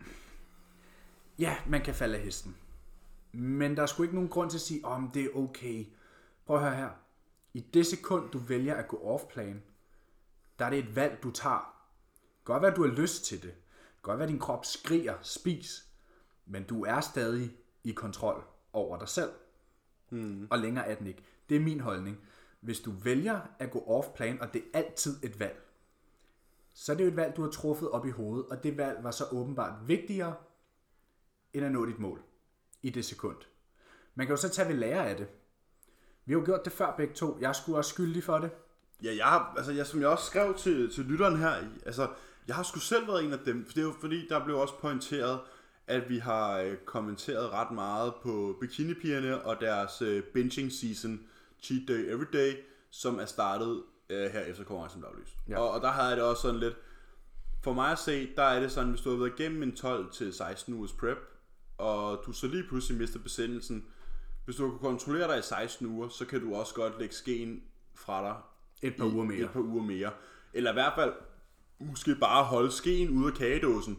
ja, man kan falde af hesten. Men der er sgu ikke nogen grund til at sige, det er okay. Prøv at høre her. I det sekund, du vælger at gå off-plan, der er det et valg, du tager. Godt være, at du har lyst til det. Godt være, at din krop skriger, spis. Men du er stadig i kontrol over dig selv. Og længere er den ikke. Det er min holdning. Hvis du vælger at gå off-plan, og det er altid et valg, så er det jo et valg, du har truffet op i hovedet, og det valg var så åbenbart vigtigere, end at nå dit mål i det sekund. Man kan jo så tage ved lære af det. Vi har jo gjort det før begge to. Jeg er sgu også skyldig for det. Ja, som jeg også skrev til lytteren her, altså, jeg har sgu selv været en af dem, for det er jo fordi, der blev også pointeret, at vi har kommenteret ret meget på bikinipigerne og deres binging season, cheat day every day, som er startet her efter konkurrencen blev aflyst. Ja. Og der havde jeg det også sådan lidt, for mig at se, der er det sådan, hvis du har været igennem en 12-16 ugers prep, og du så lige pludselig mister besindelsen, hvis du kan kontrollere dig i 16 uger, så kan du også godt lægge skeen fra dig et par uger mere. Eller i hvert fald, måske bare holde skeen ude af kagedåsen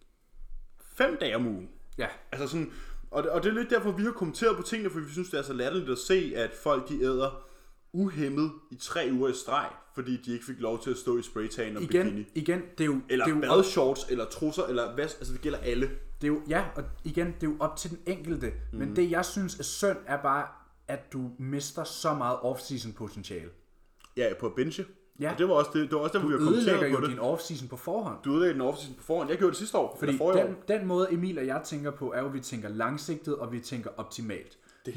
5 dage om ugen. Ja. Altså sådan, og det er lidt derfor, vi har kommenteret på tingene, for vi synes, det er så latterligt at se, at folk de æder uhæmmet i 3 uger i streg, fordi de ikke fik lov til at stå i spraytan og bikini. Igen, det er jo... Eller det er jo badeshorts, eller trusser, eller hvad, altså det gælder alle. Det er jo, ja, og igen, det er jo op til den enkelte. Men det, jeg synes er synd, er bare, at du mister så meget off-season potentiale. Ja, på at binge. Ja. Og det var også det, hvor vi har kommenteret på det. Du ødelægger jo din off-season på forhånd. Du ødelægger din off-season på forhånd. Jeg gjorde det sidste år. Fordi den måde, Emil og jeg tænker på, er jo, at vi tænker langsigtet, og vi tænker optimalt.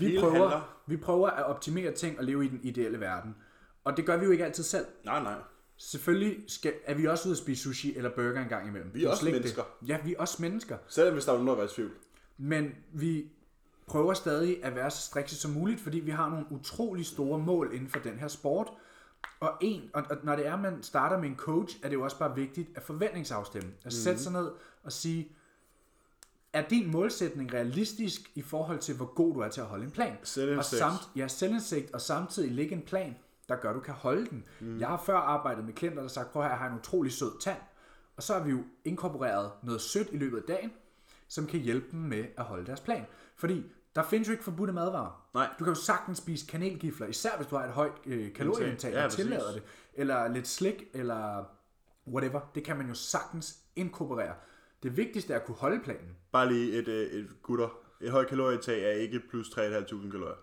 Vi prøver at optimere ting og leve i den ideelle verden. Og det gør vi jo ikke altid selv. Nej. Selvfølgelig er vi også ude at spise sushi eller burger en gang imellem. Vi er også mennesker. Ja, vi er også mennesker. Selvom hvis der er nogen, der er i tvivl. Men vi prøver stadig at være så strikse som muligt, fordi vi har nogle utrolig store mål inden for den her sport. Og når det er, man starter med en coach, er det jo også bare vigtigt at forventningsafstemme. At sætte sig ned og sige, er din målsætning realistisk i forhold til, hvor god du er til at holde en plan? Selvindsigt. Og samtidig lægge en plan, der gør, at du kan holde den. Jeg har før arbejdet med klienter, der har sagt, prøv her, jeg har en utrolig sød tand. Og så har vi jo inkorporeret noget sødt i løbet af dagen, som kan hjælpe dem med at holde deres plan. Fordi der findes jo ikke forbudte madvarer. Nej. Du kan jo sagtens spise kanelgifler, især hvis du har et højt kalorieindtag og tillader det. Eller lidt slik, eller whatever. Det kan man jo sagtens inkorporere. Det vigtigste er at kunne holde planen. Bare lige et gutter. Et højt kalorieindtag er ikke plus 3.500 kalorier.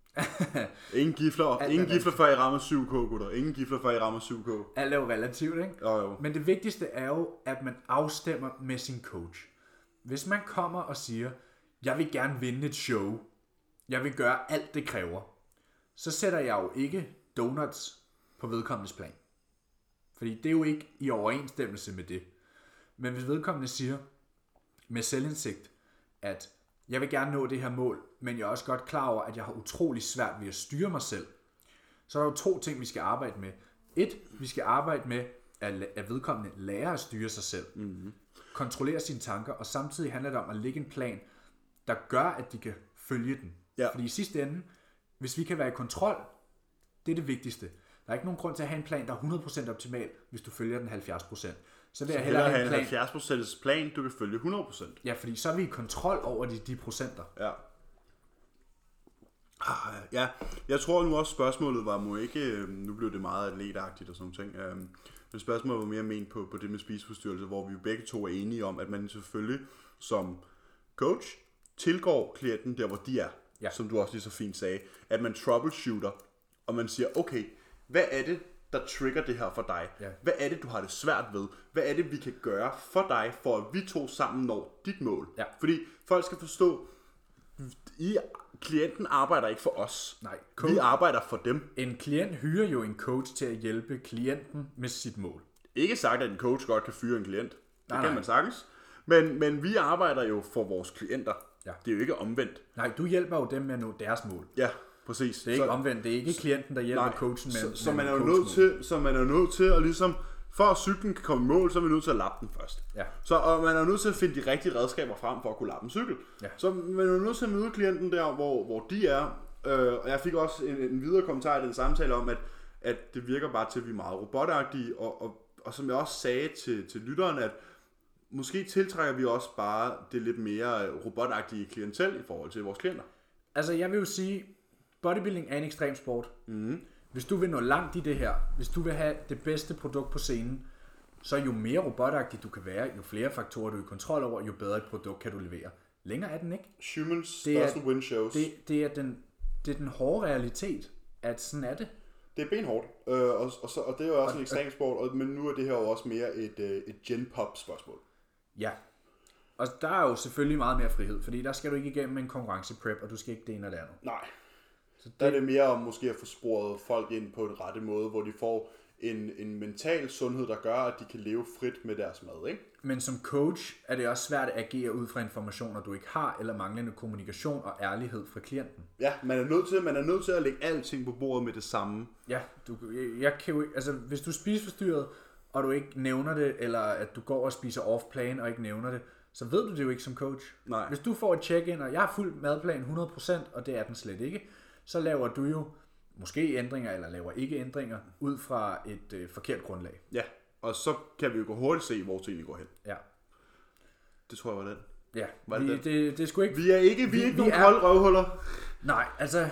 Ingen gifler før I rammer 7k, gutter. Ingen gifler før I rammer 7k. Alt er jo relativt, ikke? Jo. Men det vigtigste er jo, at man afstemmer med sin coach. Hvis man kommer og siger, jeg vil gerne vinde et show, jeg vil gøre alt det kræver, så sætter jeg jo ikke donuts på vedkommendes plan. Fordi det er jo ikke i overensstemmelse med det. Men hvis vedkommende siger med selvindsigt, at jeg vil gerne nå det her mål, men jeg er også godt klar over, at jeg har utrolig svært ved at styre mig selv, så er der jo 2 ting, vi skal arbejde med. 1, vi skal arbejde med, at vedkommende lærer at styre sig selv. Kontrollere sine tanker, og samtidig handler det om at lægge en plan, der gør, at de kan følge den. Ja. Fordi i sidste ende, hvis vi kan være i kontrol, det er det vigtigste. Der er ikke nogen grund til at have en plan, der er 100% optimal, hvis du følger den 70%. Så vil jeg hellere have en 70% plan, du kan følge 100%. Ja, fordi så er vi i kontrol over de procenter. Ja. Ja, jeg tror nu også spørgsmålet var må ikke, nu blev det meget atletagtigt og sådan ting, men spørgsmålet var mere ment på det med spiseforstyrrelse, hvor vi begge to er enige om, at man selvfølgelig som coach tilgår klienten der, hvor de er, som du også lige så fint sagde, at man troubleshooter, og man siger, okay, hvad er det, der trigger det her for dig? Ja. Hvad er det, du har det svært ved? Hvad er det, vi kan gøre for dig, for at vi to sammen når dit mål? Ja. Fordi folk skal forstå, klienten arbejder ikke for os. Nej, vi arbejder for dem. En klient hyrer jo en coach til at hjælpe klienten med sit mål. Ikke sagt, at en coach godt kan fyre en klient. Det kan man sagtens. Men vi arbejder jo for vores klienter. Ja. Det er jo ikke omvendt. Nej, du hjælper jo dem med at nå deres mål. Ja, præcis. Det er ikke omvendt. Det er ikke klienten, der hjælper coachen med så man er jo nødt til at ligesom, for at cyklen kan komme i mål, så er vi nødt til at lappe den først. Ja. Og man er nødt til at finde de rigtige redskaber frem for at kunne lappe en cykel. Ja. Så man er nødt til at møde klienten der, hvor de er. Og jeg fik også en videre kommentar i den samtale om, at det virker bare til, at vi er meget robotagtige. Og som jeg også sagde til lytteren, at måske tiltrækker vi også bare det lidt mere robotagtige klientel i forhold til vores klienter. Altså jeg vil jo sige, bodybuilding er en ekstrem sport. Hvis du vil nå langt i det her, hvis du vil have det bedste produkt på scenen, så jo mere robotagtig du kan være, jo flere faktorer du er i kontrol over, jo bedre et produkt kan du levere. Længere er den ikke. Humans doesn't win shows. Det er den hårde realitet, at sådan er det. Det er benhårdt, og det er jo også en ekstrem sport, men nu er det her jo også mere et gen-pop spørgsmål. Ja, og der er jo selvfølgelig meget mere frihed, fordi der skal du ikke igennem en konkurrenceprep, og du skal ikke det ene eller andet. Nej, så der er det mere om måske at få sporet folk ind på en rette måde, hvor de får en mental sundhed, der gør, at de kan leve frit med deres mad, ikke? Men som coach er det også svært at agere ud fra informationer, du ikke har, eller manglende kommunikation og ærlighed fra klienten. Ja, man er nødt til at lægge alting på bordet med det samme. Ja, jeg kan jo, altså hvis du er spiseforstyrret, og du ikke nævner det, eller at du går og spiser off-plan og ikke nævner det, så ved du det jo ikke som coach. Nej. Hvis du får et check-in, og jeg har fuld madplan 100%, og det er den slet ikke, så laver du jo måske ændringer, eller laver ikke ændringer, ud fra et forkert grundlag. Ja, og så kan vi jo gå hurtigt se, hvor tingene går hen. Ja. Det tror jeg var den. Ja, var det er sgu ikke... Vi er ikke nogen kolde røvhuller. Nej, altså...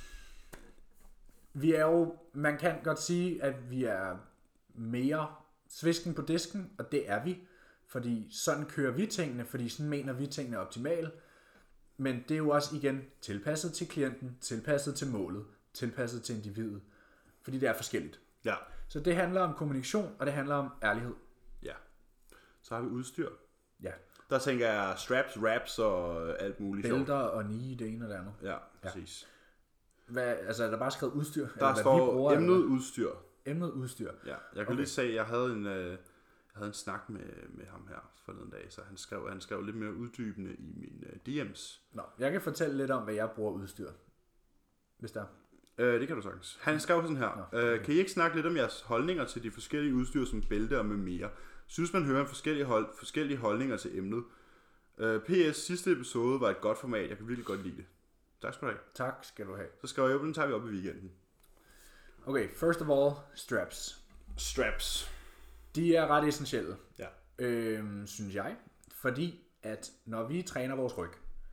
Vi er jo... Man kan godt sige, at vi er mere svisken på disken, og det er vi. Fordi sådan kører vi tingene, fordi sådan mener vi tingene er optimale. Men det er jo også igen tilpasset til klienten, tilpasset til målet, tilpasset til individet. Fordi det er forskelligt. Ja. Så det handler om kommunikation, og det handler om ærlighed. Ja. Så har vi udstyr. Ja. Der tænker jeg straps, wraps og alt muligt. Bælter og nie, det ene og det andet. Ja, præcis. Altså er der bare skrevet udstyr? Der står emnet udstyr. Emnet udstyr. Ja, jeg kan lige se, jeg havde en snak med ham her forleden dag, så han skrev lidt mere uddybende i mine DM's. Nå, jeg kan fortælle lidt om, hvad jeg bruger udstyr. Hvis der det kan du sagtens. Han skrev sådan her. Okay. Kan I ikke snakke lidt om jeres holdninger til de forskellige udstyr som bælte og med mere? Synes man hører forskellige holdninger til emnet? PS sidste episode var et godt format. Jeg kan virkelig godt lide det. Tak skal du have. Tak skal du have. Så skriver jeg, den tager vi op i weekenden. Okay, first of all, straps. Straps. De er ret essentielle. Ja. Synes jeg. Fordi at når vi træner vores ryg,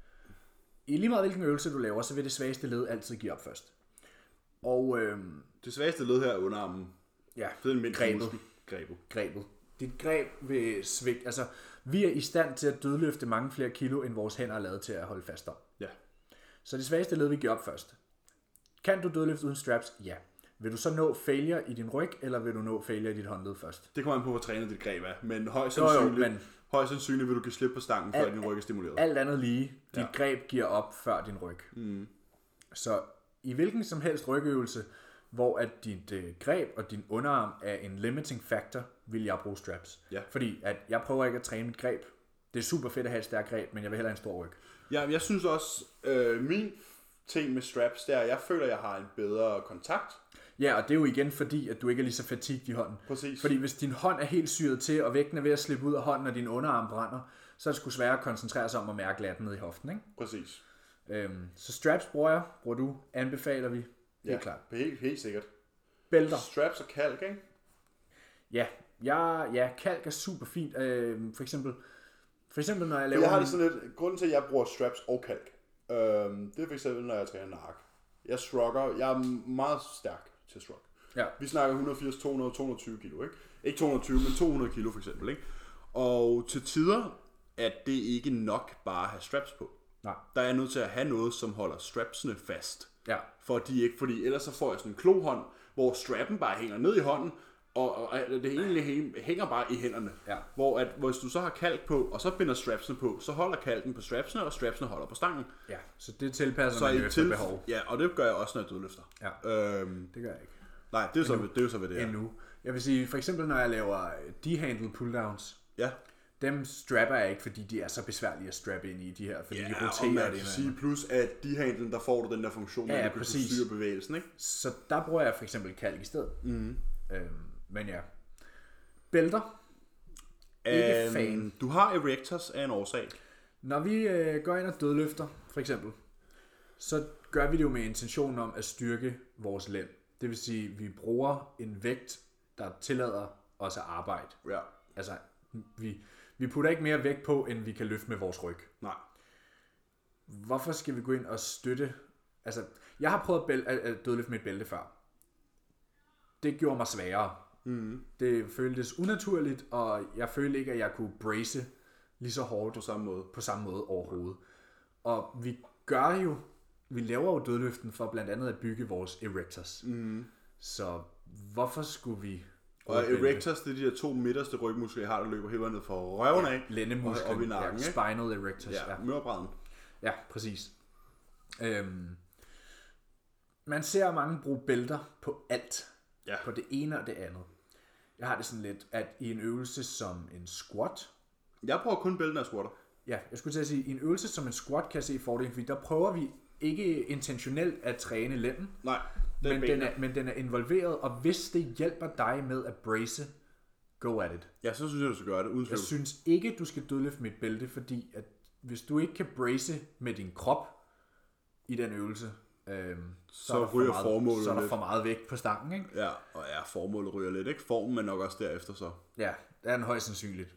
i lige meget hvilken øvelse du laver, så vil det svageste led altid give op først. Og det svageste led her er underarmen. Ja, det er den mindste grebet. Dit greb vil svigte. Altså, vi er i stand til at dødløfte mange flere kilo, end vores hænder er lavet til at holde fast om. Ja. Så det svageste led vil give op først. Kan du dødløfte uden straps? Ja. Vil du så nå failure i din ryg, eller vil du nå failure i dit håndled først? Det kommer an på, hvor trænet dit greb er. Men højst sandsynligt vil du give slip på stangen, før din ryg er stimuleret. Alt andet lige. Dit greb giver op før din ryg. Så i hvilken som helst rygøvelse, hvor at dit greb og din underarm er en limiting factor, vil jeg bruge straps. Ja. Fordi at jeg prøver ikke at træne mit greb. Det er super fedt at have et stærkt greb, men jeg vil hellere have en stor ryg. Ja, jeg synes også, min ting med straps, det er, at jeg føler, at jeg har en bedre kontakt. Ja, og det er jo igen fordi, at du ikke er lige så fatigued i hånden. Præcis. Fordi hvis din hånd er helt syret til, og vægten er ved at slippe ud af hånden, og din underarm brænder, så er det sgu sværere at koncentrere sig om at mærke latten ned i hoften, ikke? Præcis. Så straps bruger du, anbefaler vi. Det er klart. Helt sikkert. Bælter. Straps og kalk, ikke? Ja, kalk er super fint. For eksempel når jeg laver... Jeg har det sådan lidt... Grunden til, at jeg bruger straps og kalk, det er for eksempel, når jeg træner nark. Jeg er meget stærk til shrug. Ja. Vi snakker 180, 200, 220 kilo, ikke? Ikke 220, men 200 kilo for eksempel, ikke? Og til tider, at det ikke nok bare at have straps på. Nej. Der er jeg nødt til at have noget, som holder strapsene fast. Ja. Fordi ellers så får jeg sådan en klohånd, hvor strappen bare hænger ned i hånden, og det egentlig hænger bare i hænderne. Ja. Hvor hvis du så har kalk på, og så binder strapsene på, så holder kalken på strapsene, og strapsene holder på stangen. Ja, så det tilpasser man jo efter behov. Ja, og det gør jeg også, når jeg dødløfter. Ja, det gør jeg ikke. Nej, det er jo så ved det her. Endnu. Jeg vil sige, for eksempel når jeg laver D-handle pulldowns, ja. dem strapper jeg ikke, fordi de er så besværlige at strappe ind i de her, fordi de roterer og man det. Kan sige, plus at de handlen, der får du den der funktion, ja, du kan styre bevægelsen, ikke? Så der bruger jeg for eksempel kalk i stedet. Men ja. Bælter. Ikke fan. Du har erectors af en årsag. Når vi går ind og dødløfter, for eksempel, så gør vi det jo med intention om at styrke vores lem. Det vil sige, at vi bruger en vægt, der tillader os at arbejde. Ja. Altså, vi putter ikke mere vægt på, end vi kan løfte med vores ryg. Nej. Hvorfor skal vi gå ind og støtte? Altså, jeg har prøvet at dødløfte med et bælte før. Det gjorde mig sværere. Det føltes unaturligt, og jeg følte ikke, at jeg kunne brace lige så hårdt på samme måde overhovedet. Og vi laver jo dødløften for blandt andet at bygge vores erectors. Så hvorfor skulle vi... Og erectors, det er de der 2 midterste rygmuskler, jeg har, der løber hele vejen ned fra røven af. Lændemusklen, op i nakken, spinal erectors. Ja, mørbrænden. Ja, præcis. Man ser mange bruge bælter på alt. Ja. På det ene og det andet. Jeg har det sådan lidt, at i en øvelse som en squat... Jeg prøver kun bælten af squatter. Ja, jeg skulle til at sige, i en øvelse som en squat kan jeg se fordelen, fordi der prøver vi ikke intentionelt at træne lemmen. Nej, men den er involveret, og hvis det hjælper dig med at brace, go at it. Ja, så synes jeg, du skal gøre det, uden tvivl. Jeg synes ikke, du skal dødløfte med et bælte, fordi at hvis du ikke kan brace med din krop i den øvelse, så ryger formålet så er der lidt. For meget vægt på stangen, ikke? Ja, og formålet ryger lidt, ikke? Formen er nok også derefter så. Ja, det er den højst sandsynligt.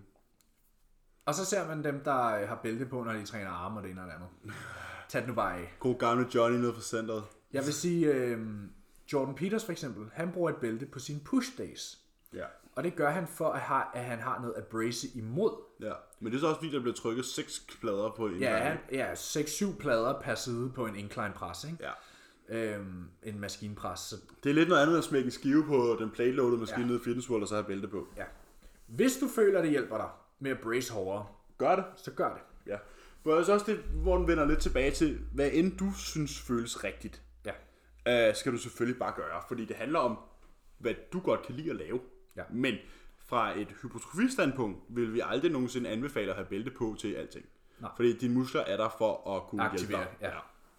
Og så ser man dem, der har bælte på, når de træner arme og det ene og det andet. Tag nu bare af. God gamle Johnny nede fra centret. Jeg vil sige, Jordan Peters for eksempel, han bruger et bælte på sine push days. Ja. Og det gør han for, at han har noget at brace imod. Ja, men det er så også fordi, der bliver trykket 6 plader på en incline. Ja, 6-7 plader per side på en incline press, ikke? Ja. En maskinpres. Så... Det er lidt noget andet at smække en skive på den plate-loaded maskine nede i Fitness World, og så have bælte på. Ja. Hvis du føler, det hjælper dig med at brace hårdere, gør det. Så gør det. Ja. For så også det, hvor den vender lidt tilbage til, hvad end du synes føles rigtigt, skal du selvfølgelig bare gøre. Fordi det handler om, hvad du godt kan lide at lave. Ja. Men fra et hypotrofistandpunkt vil vi aldrig nogensinde anbefale at have bælte på til alting. Nej. Fordi dine muskler er der for at kunne aktivere, hjælpe dig. Ja.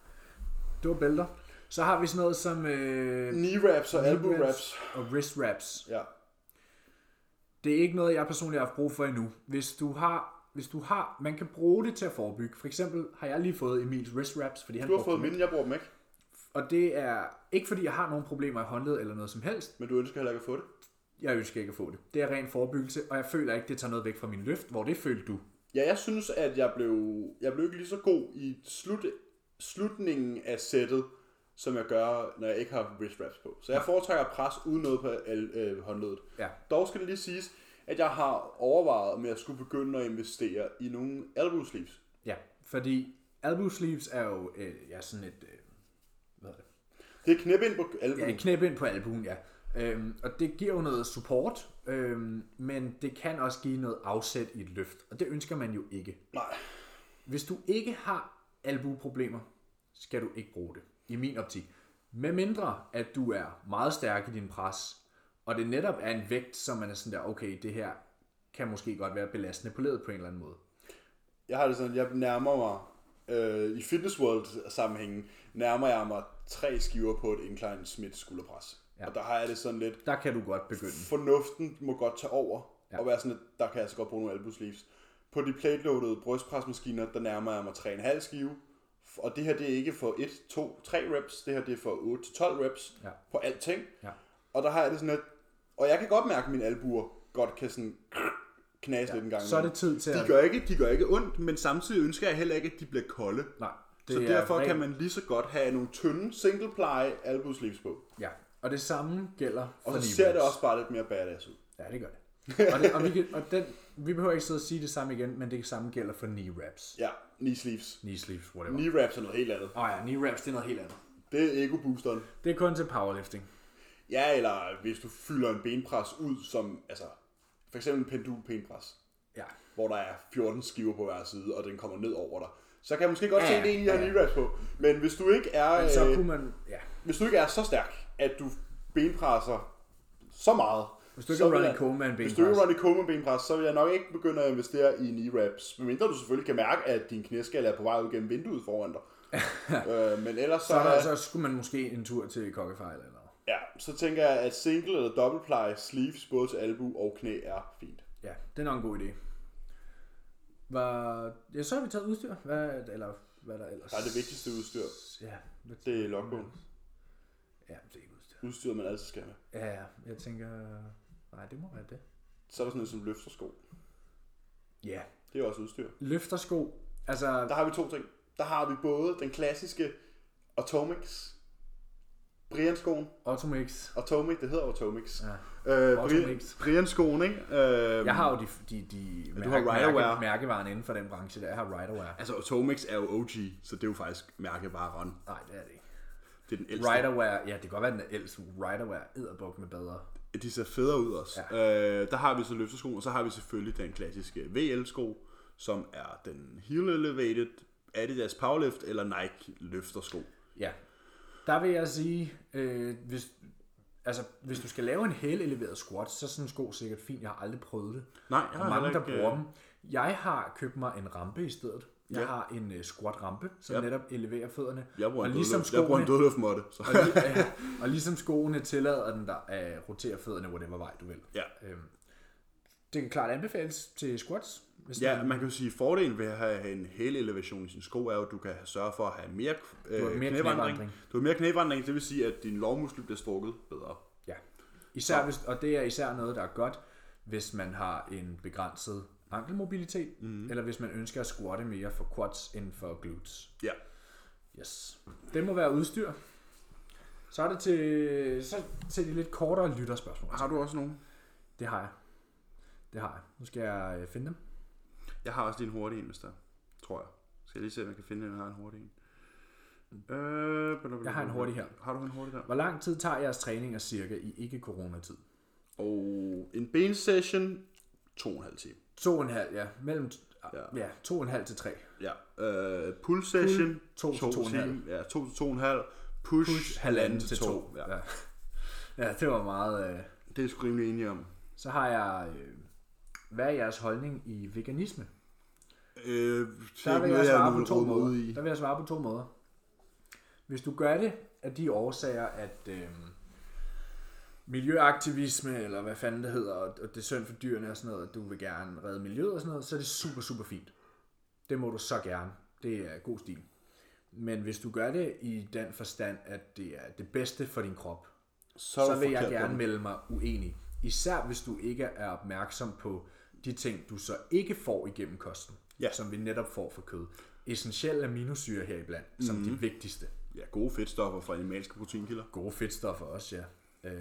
Det var bælter. Så har vi sådan noget som... knee wraps og elbow wraps. Og wrist wraps. Ja. Det er ikke noget, jeg personligt har haft brug for endnu. Hvis du har, man kan bruge det til at forebygge. For eksempel har jeg lige fået Emils wrist wraps, fordi han du har fået mine, jeg bruger dem ikke. Og det er ikke fordi, jeg har nogle problemer i håndled eller noget som helst. Men du ønsker heller ikke at få det? Jeg ønsker ikke at få det. Det er ren forebyggelse, og jeg føler ikke, det tager noget væk fra min løft. Hvor det følte du? Ja, jeg synes, at jeg blev ikke lige så god i slutningen af sættet, som jeg gør, når jeg ikke har wrist wraps på. Så jeg foretrækker pres uden noget på håndledet. Ja. Dog skal det lige siges, at jeg har overvejet med at skulle begynde at investere i nogle elbow sleeves. Ja, fordi elbow sleeves er jo sådan et... hvad er det? Det er knæp ind på albuen. Ja, knæp ind på albuen, ja. Og det giver jo noget support, men det kan også give noget afsæt i et løft, og det ønsker man jo ikke. Nej. Hvis du ikke har albueproblemer, skal du ikke bruge det, i min optik. Med mindre, at du er meget stærk i din pres, og det netop er en vægt, som man er sådan der, okay, det her kan måske godt være belastende på ledet på en eller anden måde. Jeg har det sådan, jeg nærmer mig, i Fitness World sammenhængen, nærmer jeg mig 3 skiver på et incline Smith skulderpres. Ja. Og der har jeg det sådan lidt... Der kan du godt begynde. Fornuften må godt tage over, og være sådan, at der kan jeg altså godt bruge nogle elbow sleeves. På de plate-loadede brystpresmaskiner, der nærmer jeg mig 3,5 skive. Og det her, det er ikke for 1, 2, 3 reps. Det her, det er for 8-12 reps på alting. Ja. Og der har jeg det sådan lidt... Og jeg kan godt mærke, at mine albuer godt kan sådan knase lidt en gang. Så er det tid til de gør ikke ondt, men samtidig ønsker jeg heller ikke, at de bliver kolde. Nej. Så derfor kan man lige så godt have nogle tynde single ply elbow sleeves på. Ja, og det samme gælder for og så ser det også bare lidt mere badass ud. Ja, det gør det. Vi behøver ikke sidde og sige det samme igen, men det samme gælder for knee wraps. Ja, knee sleeves. Knee sleeves, whatever. Knee wraps er noget helt andet. Ja, knee wraps det er noget helt andet. Det er ego boosteren. Det er kun til powerlifting. Ja, eller hvis du fylder en benpres ud som, altså, for eksempel en pendul benpres. Ja. Hvor der er 14 skiver på hver side, og den kommer ned over dig. Så kan jeg måske godt se det egentlig, jeg har knee wraps på. Men hvis du ikke er... Men så kunne man... Ja. Hvis du ikke er så stærk, at du benpresser så meget, Hvis du ikke er Ronnie Coleman benpres. Hvis du ikke er Ronnie Coleman benpres, så vil jeg nok ikke begynde at investere i knee wraps. Medmindre du selvfølgelig kan mærke, at din knæskal er på vej ud gennem vinduet foran dig. Men ellers så skulle man måske en tur til kokkefejl eller noget. Ja, så tænker jeg, at single eller double ply sleeves både til albu og knæ er fint. Ja, det er nok en god idé. Ja, så har vi taget udstyr. Hvad er der ellers? Der er det vigtigste udstyr. Ja, det er logbogen. Ja, det er ikke udstyr. Udstyret man altid skal med. Ja, jeg tænker... Nej, det må være det. Så er der sådan noget som løftersko. Ja. Det er også udstyr. Løftersko, altså... Der har vi to ting. Der har vi både den klassiske Automix, Brian-skoen. Automix, det hedder Automix. Ja. Brian-skoen, ikke? Jeg har jo de mærkevaren inden for den branche, der jeg har Riderwear. Altså Automix er jo OG, så det er jo faktisk mærkevaren. Nej, det er det ikke. Det er den ældste. Riderwear, ja, det kan godt være den ældste. Riderwear edderbuk med bedre. De ser federe ud også. Ja. Der har vi så løftersko, og så har vi selvfølgelig den klassiske VL-sko, som er den heel elevated Adidas Powerlift eller Nike løftersko. Ja, der vil jeg sige, hvis du skal lave en hæl-eleveret squat, så er sådan en sko sikkert fint. Jeg har aldrig prøvet det. Nej, jeg har mange, der bruger dem. Jeg har købt mig en rampe i stedet. Jeg har en squat-rampe, som netop eleverer fødderne. Jeg bruger en dødløftmåtte. Og ligesom skoene tillader den der at rotere fødderne, whatever vej du vil. Ja. Det kan klart anbefales til squats. Ja, man kan jo sige, at fordelen ved at have en hæl elevation i sin sko er jo, at du kan sørge for at have mere knævandring. Du har mere knævandring, det vil sige, at din lårmuskel bliver strukket bedre. Ja, og det er især noget, der er godt, hvis man har en begrænset ankelmobilitet, eller hvis man ønsker at squatte mere for quads end for glutes. Ja. Yes. Det må være udstyr. Så er det til de lidt kortere lytterspørgsmål. Har du også nogen? Det har jeg. Nu skal jeg finde dem. Jeg har også din hurtige en, hvis der, tror jeg. Skal jeg lige se, om jeg kan finde den, jeg har en hurtig en. Jeg har en hurtig her. Har du en hurtig der? Hvor lang tid tager jeres træninger cirka i ikke-coronatid? Og en bensession, 2,5 timer. 2,5, ja. Mellem 2,5 til 3. Ja. Pull session, 2 til 2,5. Ja, 2 til 2,5. Push 1,5 til 2. Ja, det var meget... Det er sgu rimelig enige om. Så har jeg... Hvad er jeres holdning i veganisme? Der vil jeg svare på 2 måder. Hvis du gør det af de årsager, at miljøaktivisme, eller hvad fanden det hedder, og det er synd for dyrene og sådan noget, at du vil gerne redde miljøet og sådan noget, så er det super, super fint. Det må du så gerne. Det er god stil. Men hvis du gør det i den forstand, at det er det bedste for din krop, så vil jeg gerne melde mig uenig. Især hvis du ikke er opmærksom på de ting, du så ikke får igennem kosten, som vi netop får fra kød. Essentielle aminosyre heriblandt, som de vigtigste. Ja, gode fedtstoffer fra animalske proteinkilder. Gode fedtstoffer også, ja.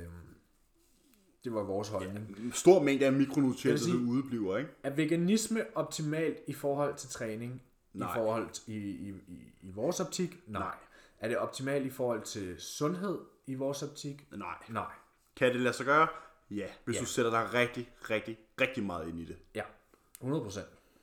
Det var vores holdning. Ja, en stor mængde af mikronutrienter, der udebliver, ikke? Er veganisme optimalt i forhold til træning? Nej. I forhold til, i vores optik? Nej. Er det optimalt i forhold til sundhed i vores optik? Nej. Kan det lade sig gøre? Ja, hvis du sætter dig rigtig, rigtig, rigtig meget ind i det. Ja, 100%.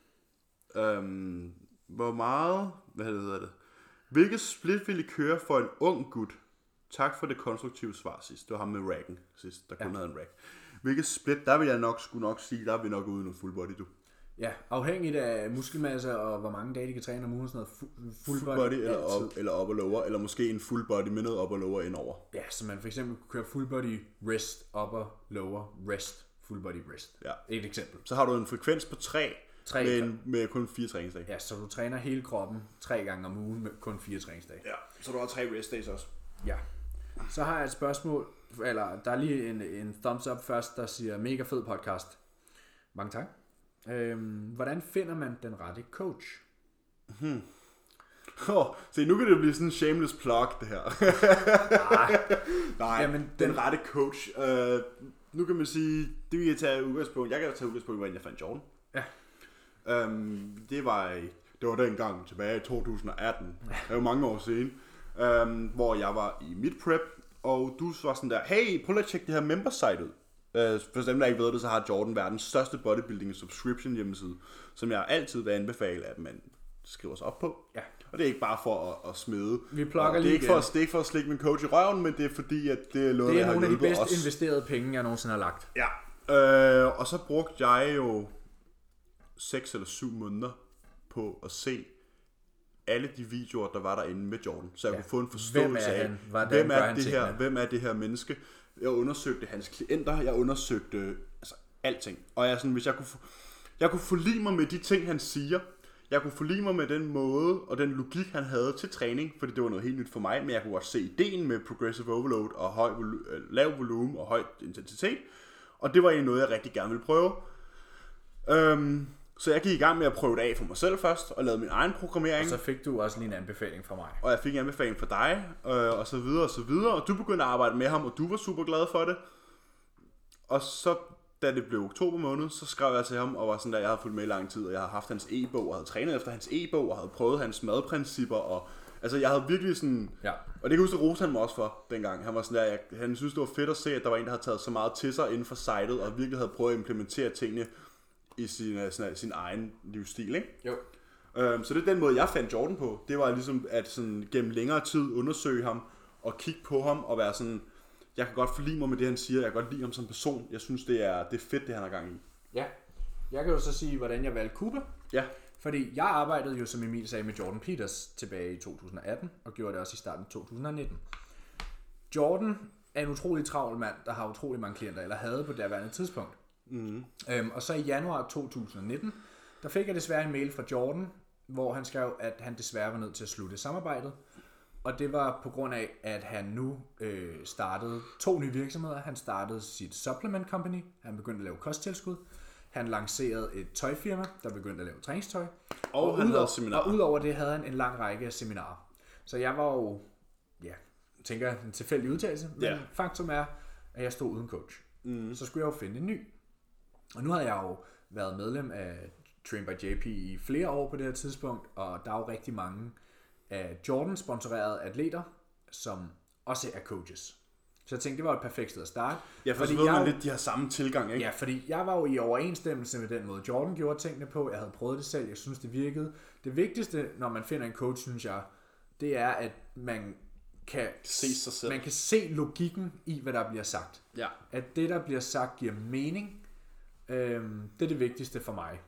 Hvor meget, hvilket split vil I køre for en ung gut? Tak for det konstruktive svar sidst. Det var ham med racken sidst, der kun havde en rack. Hvilket split, der vil jeg skulle nok sige, der er vi nok ude i noget full body, du. Ja, afhængigt af muskelmasse og hvor mange dage de kan træne om ugen, sådan noget full body eller upper lower, eller måske en full body med noget upper lower indover. Ja, så man for eksempel kunne køre full body rest, upper lower rest, full body rest. Ja. Et eksempel. Så har du en frekvens på 3 med kun 4 træningsdage. Ja, så du træner hele kroppen 3 gange om ugen med kun 4 træningsdage. Ja, så du har 3 rest days også. Ja. Så har jeg et spørgsmål, eller der er lige en thumbs up først, der siger mega fed podcast. Mange tak. Hvordan finder man den rette coach? Se, nu kan det blive sådan en shameless plug, det her. Nej, jamen, den rette coach. Nu kan man sige, det vil jeg tage udgangspunkt. Jeg kan tage udgangspunkt, hvordan jeg fandt Jordan. Ja. Det var dengang tilbage i 2018. Det er jo mange år siden. Hvor jeg var i mit prep, og du var sådan der, hey, prøv at tjekke det her member site ud. For dem, der ikke ved det, så har Jordan verdens største bodybuilding subscription hjemmeside, som jeg altid vil anbefale, at man skrive os op på. Ja. Og det er ikke bare for at smide. Vi plukker det er lige ikke det er ikke for at slikke min coach i røven, men det er fordi, at det er noget, det er der har nogle af de hjulpet bedst os. investerede penge, jeg nogensinde har lagt. Ja. Og så brugte jeg jo 6 eller 7 måneder på at se alle de videoer, der var derinde med Jordan. Så jeg kunne få en forståelse af, hvem er det her menneske. Jeg undersøgte hans klienter, jeg undersøgte alting. Og hvis jeg kunne forlige mig med de ting, han siger. Jeg kunne forlige mig med den måde og den logik, han havde til træning, fordi det var noget helt nyt for mig, men jeg kunne godt se ideen med progressive overload og lav volumen og høj intensitet. Og det var egentlig noget, jeg rigtig gerne ville prøve. Så jeg gik i gang med at prøve det af for mig selv først, og lavede min egen programmering. Og så fik du også lige en anbefaling fra mig. Og jeg fik en anbefaling fra dig, og så videre og så videre. Og du begyndte at arbejde med ham, og du var super glad for det. Og så, da det blev oktober måned, så skrev jeg til ham, og var sådan der, jeg havde fulgt med i lang tid, og jeg havde haft hans e-bog, og havde trænet efter hans e-bog, og havde prøvet hans madprincipper, og altså jeg havde virkelig sådan, og det kan huske, at rose han mig også for dengang. Han var sådan der, han synes det var fedt at se, at der var en, der havde taget så meget til sig inden for sitet, og virkelig havde prøvet at implementere tingene i sin egen livsstil, ikke? Jo. Så det er den måde, jeg fandt Jordan på. Det var ligesom at sådan, gennem længere tid undersøge ham, og kigge på ham, og være sådan, jeg kan godt forlige mig med det, han siger, jeg kan godt lide ham som person. Jeg synes, det er fedt, det han har gang i. Ja. Jeg kan jo så sige, hvordan jeg valgte Cooper. Ja. Fordi jeg arbejdede jo, som Emil sagde, med Jordan Peters tilbage i 2018, og gjorde det også i starten af 2019. Jordan er en utrolig travl mand, der har utrolig mange klienter, eller havde på derværende tidspunkt. Og så i januar 2019, der fik jeg desværre en mail fra Jordan, hvor han skrev, at han desværre var nødt til at slutte samarbejdet. Og det var på grund af, at han nu startede 2 nye virksomheder. Han startede sit supplement company, han begyndte at lave kosttilskud. Han lancerede et tøjfirma, der begyndte at lave træningstøj. Og han lavede seminarer. Og udover det havde han en lang række af seminarer. Så jeg var jo, tænker en tilfældig udtalelse, men faktum er, at jeg stod uden coach. Så skulle jeg jo finde en ny. Og nu havde jeg jo været medlem af Train by JP i flere år på det her tidspunkt, og der er jo rigtig mange af Jordan-sponsorerede atleter, som også er coaches. Så jeg tænkte, det var et perfekt sted at starte. Ja, for så ved man lidt, de har samme tilgang, ikke? Ja, fordi jeg var jo i overensstemmelse med den måde, Jordan gjorde tingene på. Jeg havde prøvet det selv, jeg synes, det virkede. Det vigtigste, når man finder en coach, synes jeg, det er, at man kan se sig selv. Man kan se logikken i, hvad der bliver sagt. Ja. At det, der bliver sagt, giver mening. Det er det vigtigste for mig.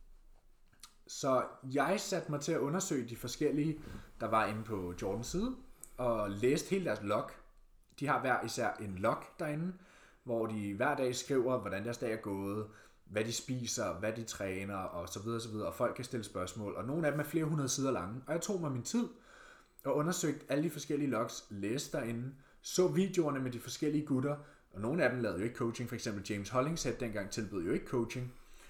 Så jeg satte mig til at undersøge de forskellige, der var inde på Jordans side, og læste hele deres log. De har hver især en log derinde, hvor de hver dag skriver, hvordan deres dag er gået, hvad de spiser, hvad de træner, og så videre, så videre. Og folk kan stille spørgsmål, og nogle af dem er flere 100 sider lange. Og jeg tog mig min tid og undersøgte alle de forskellige logs, læste derinde, så videoerne med de forskellige gutter, og nogle af dem lavede jo ikke coaching. For eksempel James Hollingshead dengang tilbød jo ikke coaching.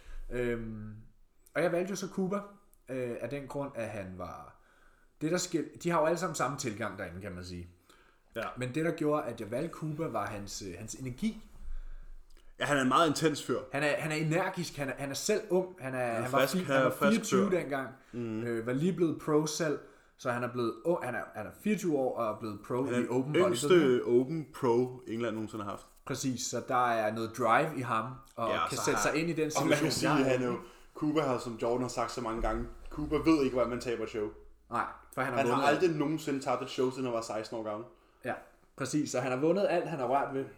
Og jeg valgte jo så Cooper af den grund, at han var det der de har jo alle sammen samme tilgang derinde, kan man sige. Ja. Men det der gjorde, at jeg valgte Cooper, var hans energi. Ja, han er en meget intens fyr. Han er energisk, han er selv ung. Han var 24 dengang. Var lige blevet pro selv. Så han er blevet han er 24 år og er blevet pro i Open Body. Yngste Open Pro England nogensinde har haft. Præcis, så der er noget drive i ham og kan sætte sig ind i den situation. Og man kan sige, at Cooper har, som Jordan har sagt så mange gange, Cooper ved ikke, hvordan man taber et show. Nej, for han har aldrig nogensinde tabt et show, siden han var 16 år gammel. Ja, præcis. Så han har vundet alt, han har rørt ved.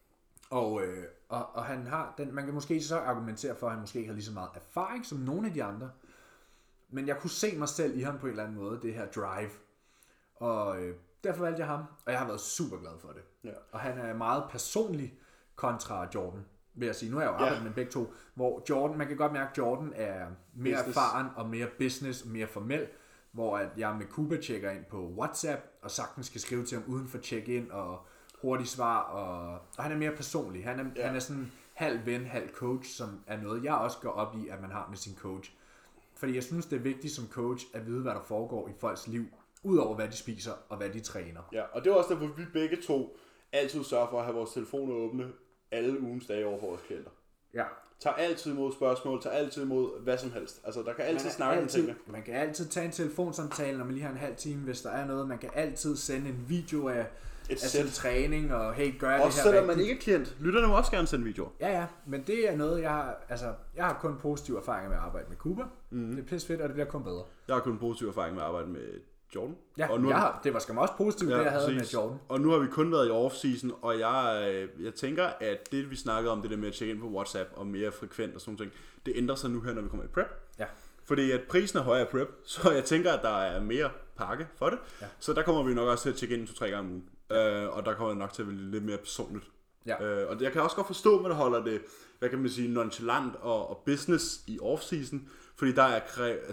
Og han har den, man kan måske så argumentere for, at han måske ikke har lige så meget erfaring som nogle af de andre. Men jeg kunne se mig selv i ham på en eller anden måde, det her drive. Og derfor valgte jeg ham, og jeg har været super glad for det. Ja. Og han er meget personlig kontra Jordan, vil jeg sige. Nu har jeg jo arbejdet med begge to, hvor Jordan, man kan godt mærke, at Jordan er mere erfaren og mere business, mere formel, hvor at jeg med Cooper tjekker ind på WhatsApp, og sagtens skal skrive til ham uden for check-in og hurtigt svar, og han er mere personlig. Han er sådan halv ven, halv coach, som er noget, jeg også går op i, at man har med sin coach. Fordi jeg synes, det er vigtigt som coach at vide, hvad der foregår i folks liv, udover hvad de spiser og hvad de træner. Ja, og det er også der, hvor vi begge to altid sørger for at have vores telefoner åbne alle ugens dage over for vores klienter. Ja. Tager altid imod spørgsmål, tager altid imod hvad som helst. Altså, der kan altid snakke om tingene. Man kan altid tage en telefonsamtale, når man lige har en halv time, hvis der er noget. Man kan altid sende en video af sende træning, og hey, gør det her rigtigt. Selvom man ikke er klient, lytterne må også gerne sende videoer. Ja, men det er noget, jeg har kun positive erfaringer med at arbejde med Cooper. Det er pisse fedt, og det bliver kun bedre. Jeg har kun positive erfaringer med at arbejde med Jordan. Ja, og nu det var skam også positivt, det jeg havde med Jordan. Og nu har vi kun været i off-season, og jeg tænker, at det vi snakkede om, det der med at tjekke ind på WhatsApp og mere frekvent og sådan noget, det ændrer sig nu her, når vi kommer i prep. Ja. Fordi at prisen er højere i prep, så jeg tænker, at der er mere pakke for det. Ja. Så der kommer vi nok også til at tjekke ind 2-3 gange om ugen. Og der kommer nok til at blive lidt mere personligt. Ja. Og jeg kan også godt forstå, at der holder det, hvad kan man sige, nonchalant og business i off-season. Fordi der er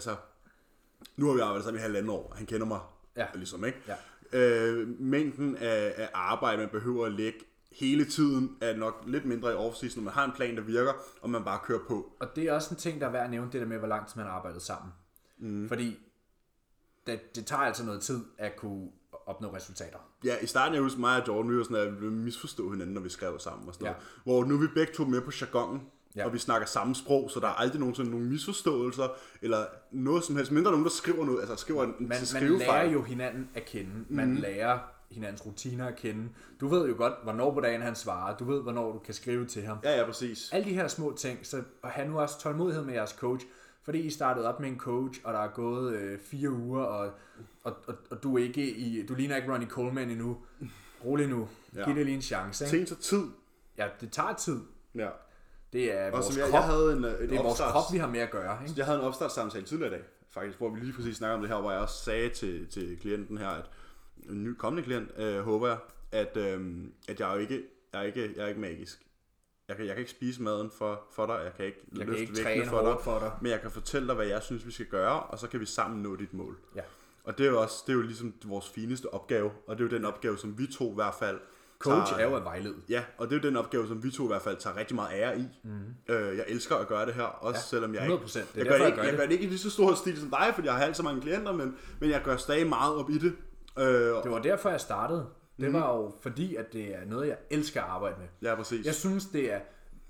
nu har vi arbejdet sammen i 1,5 år, og han kender mig ligesom, ikke? Ja. Mængden af arbejde, man behøver at lægge hele tiden, er nok lidt mindre i off-season, når man har en plan, der virker, og man bare kører på. Og det er også en ting, der er værd at nævne, det der med, hvor lang tid man har arbejdet sammen. Fordi det tager altså noget tid at kunne opnå resultater. Ja, i starten, jeg husker mig og Jordan, vi var sådan, at vi misforstod hinanden, når vi skrev sammen og sådan noget. Hvor nu er vi begge to med på jargonen, og vi snakker samme sprog, så der er aldrig nogensinde nogen misforståelser, eller noget som helst, mindre nogen, der skriver noget, altså skriver en skrivefejl. Man lærer jo hinanden at kende, man lærer hinandens rutiner at kende. Du ved jo godt, hvornår på dagen han svarer, du ved, hvornår du kan skrive til ham. Ja, præcis. Alle de her små ting, så og have nu også tålmodighed med jeres coach, fordi I startede op med en coach, og der er gået 4 uger, og du ligner ikke Ronnie Coleman endnu. Rolig nu. Giv det lige en chance. Ting tager tid. Ja, det tager tid. Ja. Det er vores krop. Jeg havde en det er vores krop, vi har med at gøre. Ikke? Jeg havde en opstartssamtale tidligere i dag, faktisk, hvor vi lige præcis snakker om det her, hvor jeg også sagde til klienten her, at en ny kommende klient, håber jeg, at jeg er ikke magisk. Jeg kan ikke spise maden for dig, jeg kan ikke løfte vægtene for dig, men jeg kan fortælle dig, hvad jeg synes, vi skal gøre, og så kan vi sammen nå dit mål. Ja. Og det er jo ligesom vores fineste opgave, og det er jo den opgave, som vi to i hvert fald coach er jo at vejlede. Ja, og det er jo den opgave, som vi to i hvert fald tager rigtig meget ære i. Jeg elsker at gøre det her, også selvom jeg 100%. Jeg gør det ikke i lige så stor stil som dig, fordi jeg har alt så mange klienter, men jeg gør stadig meget op i det. Det var derfor, jeg startede. Det var jo fordi, at det er noget, jeg elsker at arbejde med. Ja, præcis. Jeg synes, det er...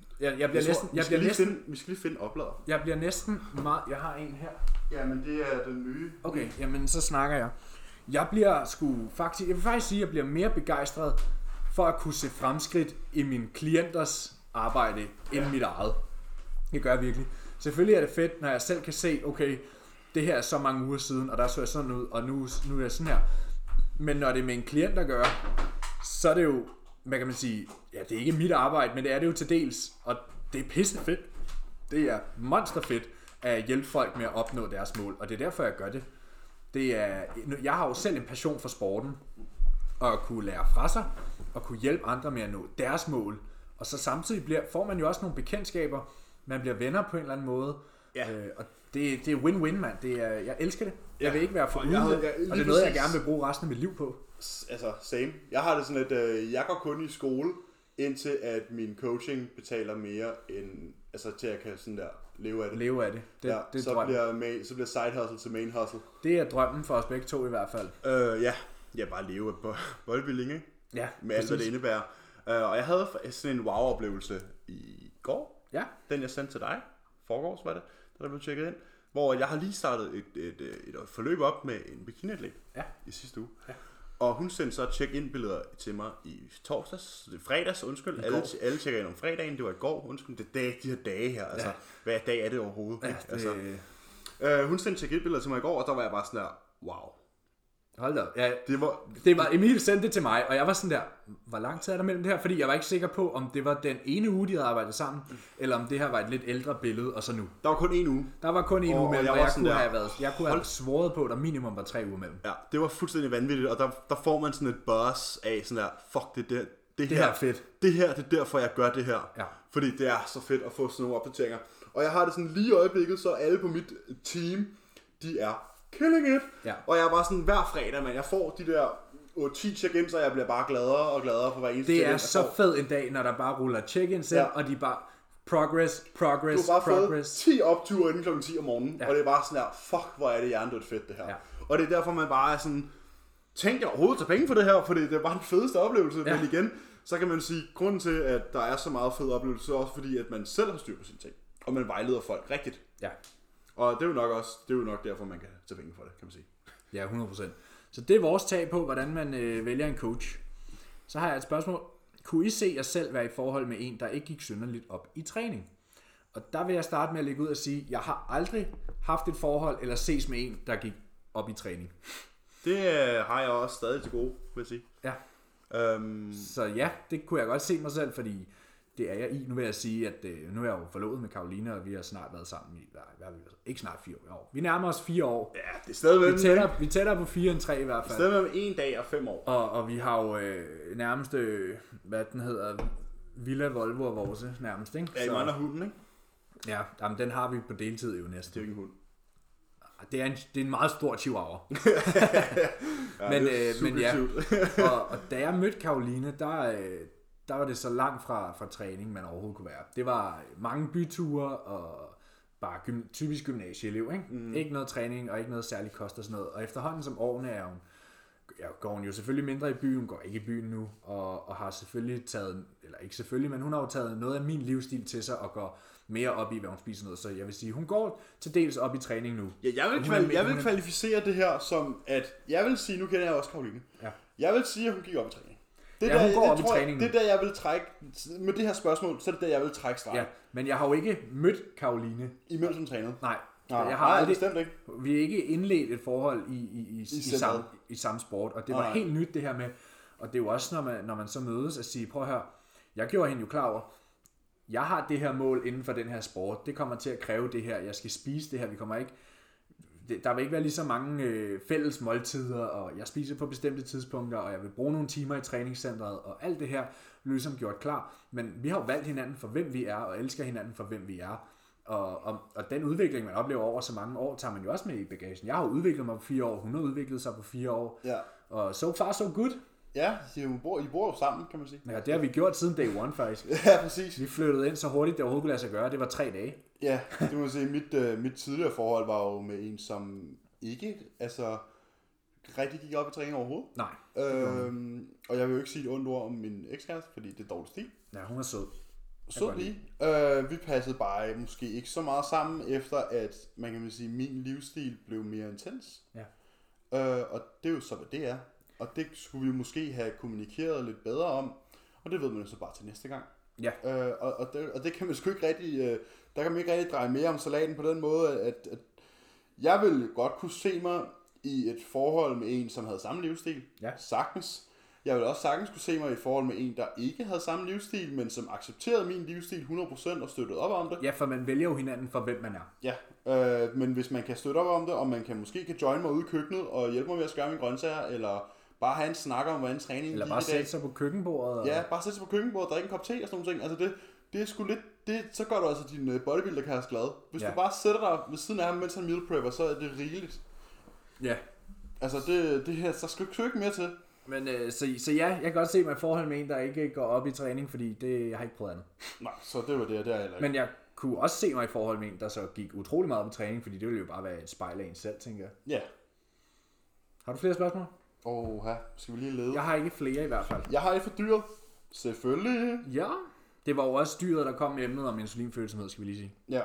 Vi skal lige finde oplader. Jeg bliver næsten meget... Jeg har en her. Jamen, det er den nye. Okay, jamen så snakker jeg. Jeg vil faktisk sige, at jeg bliver mere begejstret for at kunne se fremskridt i mine klienters arbejde end mit eget. Det gør jeg virkelig. Selvfølgelig er det fedt, når jeg selv kan se, okay, det her er så mange uger siden, og der så jeg sådan ud, og nu er jeg sådan her. Men når det er med en klient, der gør, så er det jo, hvad kan man sige, ja, det er ikke mit arbejde, men det er det jo til dels, og det er pisse fedt. Det er monsterfedt at hjælpe folk med at opnå deres mål, og det er derfor, jeg gør det. Jeg har jo selv en passion for sporten, og at kunne lære fra sig, og kunne hjælpe andre med at nå deres mål. Og så samtidig får man jo også nogle bekendtskaber, man bliver venner på en eller anden måde, og det er win-win, mand. Jeg elsker det. Jeg vil ikke være foruden det, og det er noget, jeg gerne vil bruge resten af mit liv på. Altså, same. Jeg har det sådan, at jeg går kun i skole, indtil at min coaching betaler mere end, altså til at jeg kan sådan der leve af det. Leve af det. Det er så bliver side hustle til main hustle. Det er drømmen for os begge to i hvert fald. Ja, bare leve af boldbuilding, ikke? Ja, med alt, hvad det indebærer. Og jeg havde sådan en wow-oplevelse i går. Ja. Den jeg sendte til dig. Forgårs var det, der blev tjekket ind. Hvor jeg har lige startet et forløb op med en bikiniatlet i sidste uge. Ja. Og hun sendte så check-in-billeder til mig i fredags, undskyld. Alle tjekker ind om fredagen, det var i går, undskyld. Det er de her dage her, altså. Hvad dag er det overhovedet? Ja, altså. Hun sendte check-in-billeder til mig i går, og der var jeg bare sådan der, wow. Hold da. Ja, det var Emil sendte det til mig, og jeg var sådan der, hvor lang tid er der mellem det her? Fordi jeg var ikke sikker på, om det var den ene uge, de havde arbejdet sammen, eller om det her var et lidt ældre billede, og så nu. Der var kun en uge. Der var kun en uge mellem, og jeg kunne have svoret på, at der minimum var 3 uger mellem. Ja, det var fuldstændig vanvittigt, og der får man sådan et buzz af sådan der, fuck det her er fedt. Det her, det er derfor, jeg gør det her. Ja. Fordi det er så fedt at få sådan nogle opdateringer. Og jeg har det sådan lige i øjeblikket, så alle på mit team, de er killing it. Ja. Og jeg er bare sådan hver fredag, man. Jeg får de der 10 check-ins, så jeg bliver bare gladere og gladere for hver eneste check-in. Det er så fed en dag, når der bare ruller check-ins ind, og de bare progress. Du har bare fået 10 opture inden kl. 10 om morgenen, og det er bare sådan der, fuck, hvor er det hjernedødt fedt det her. Ja. Og det er derfor, man bare er sådan, tænk jeg overhovedet tage penge for det her, fordi det er bare den fedeste oplevelse. Ja. Men igen, så kan man sige, grunden til, at der er så meget fed oplevelse, er også fordi, at man selv har styr på sine ting, og man vejleder folk rigtigt. Ja. Og det er jo nok derfor, man kan tage penge for det, kan man sige. Ja, 100%. Så det er vores tag på, hvordan man vælger en coach. Så har jeg et spørgsmål. Kunne I se jer selv være i forhold med en, der ikke gik synderligt op i træning? Og der vil jeg starte med at lægge ud og sige, at jeg har aldrig haft et forhold eller ses med en, der gik op i træning. Det har jeg også stadig til gode, vil jeg sige. Ja. Så ja, det kunne jeg godt se mig selv, fordi det er jeg i. Nu vil jeg sige, at nu er jeg jo forlovet med Karoline, og vi har snart været sammen i, ikke snart 4 år. Vi nærmer os 4 år. Ja, det er stadigvæk. Vi er tættere på 4 end 3 i hvert fald. Stadigvæk 1 dag og 5 år. Og vi har jo nærmest, hvad den hedder, Villa Volvo og vores nærmest, ikke? Ja, i mangler hunden, ikke? Ja, jamen, den har vi på deltid jo næsten. Det er jo ikke en hund. Det er en meget stor chihuahua. Ja, men ja, og da jeg mødte Karoline, der var det så langt fra træning, man overhovedet kunne være. Det var mange byture og bare typisk gymnasieelev, ikke? Mm. Ikke noget træning og ikke noget særlig kost og sådan noget. Og efterhånden som årene går hun jo selvfølgelig mindre i byen, går ikke i byen nu, og har selvfølgelig taget, eller ikke selvfølgelig, men hun har jo taget noget af min livsstil til sig og går mere op i, hvad hun spiser noget. Så jeg vil sige, hun går til dels op i træning nu. Ja, jeg vil kvalificere det her som, at jeg vil sige, nu kender jeg også Karoline. Ja. Jeg vil sige, at hun gik op i træning. Det er der, jeg vil trække, med det her spørgsmål, så er det der, jeg vil trække streg. Ja, men jeg har jo ikke mødt Karoline. Imens hun trænede? Nej. Jeg har aldrig, bestemt ikke. Vi er ikke indledt et forhold i samme sport, og det var helt nyt det her med, og det er jo også, når man så mødes og siger, prøv at høre, jeg gjorde hende jo klar over, jeg har det her mål inden for den her sport, det kommer til at kræve det her, jeg skal spise det her, vi kommer ikke, der vil ikke være lige så mange fælles måltider, og jeg spiser på bestemte tidspunkter, og jeg vil bruge nogle timer i træningscentret, og alt det her blev ligesom gjort klar, men vi har jo valgt hinanden for hvem vi er, og elsker hinanden for hvem vi er. Og den udvikling, man oplever over så mange år, tager man jo også med i bagagen. Jeg har jo udviklet mig på 4 år, hun har udviklet sig på 4 år. Ja. Og so far so good. Ja, I bor jo sammen, kan man sige. Ja, det har vi gjort siden day one faktisk. Ja, præcis. Vi flyttede ind så hurtigt, det overhovedet kunne lade sig gøre. Det var 3 dage. Ja, det må jeg sige. Mit tidligere forhold var jo med en, som ikke rigtig gik op i træning overhovedet. Nej. Og jeg vil jo ikke sige et ondt ord om min ekskæreste, fordi det er dårlig stil. Ja, hun er sød. Så lige. Vi passede bare måske ikke så meget sammen, efter at man kan sige, min livsstil blev mere intens. Ja. Og det er jo så, hvad det er. Og det skulle vi måske have kommunikeret lidt bedre om. Og det ved man jo så bare til næste gang. Ja. Og det kan man sgu ikke rigtig, der kan man ikke rigtig dreje mere om salaten på den måde, at jeg ville godt kunne se mig i et forhold med en, som havde samme livsstil. Ja. Sagtens. Jeg ville også sagtens kunne se mig i et forhold med en, der ikke havde samme livsstil, men som accepterede min livsstil 100% og støttede op om det. Ja, for man vælger jo hinanden for, hvem man er. Ja, men hvis man kan støtte op om det, og man kan join mig ude i køkkenet og hjælpe mig med at skære mine grøntsager, eller bare have en snak om, hvordan træningen eller bare sætte sig på køkkenbordet. Og... Ja, bare sætte sig på køkkenbordet og drikke en kop te og sådan noget. Altså det er sgu lidt, så gør du altså din bodybuilder-kæreste glad. Hvis du bare sætter dig ved siden af ham, mens han meal prepper, så er det rigeligt. Ja. Altså det her, så skal du ikke mere til. Men så ja, jeg kan godt se mig i forhold med en, der ikke går op i træning, fordi jeg har ikke prøvet andet. Nej, så det var det er heller ikke. Men jeg kunne også se mig i forhold med en, der så gik utrolig meget op i træning, fordi det ville jo bare være et spejl af en selv, tænker jeg. Ja. Har du flere spørgsmål? Skal vi lige lede? Jeg har ikke flere i hvert fald. Jeg har et for dyret. Selvfølgelig. Ja. Det var jo også dyret, der kom med emnet om insulinfølsomhed, skal vi lige sige. Ja.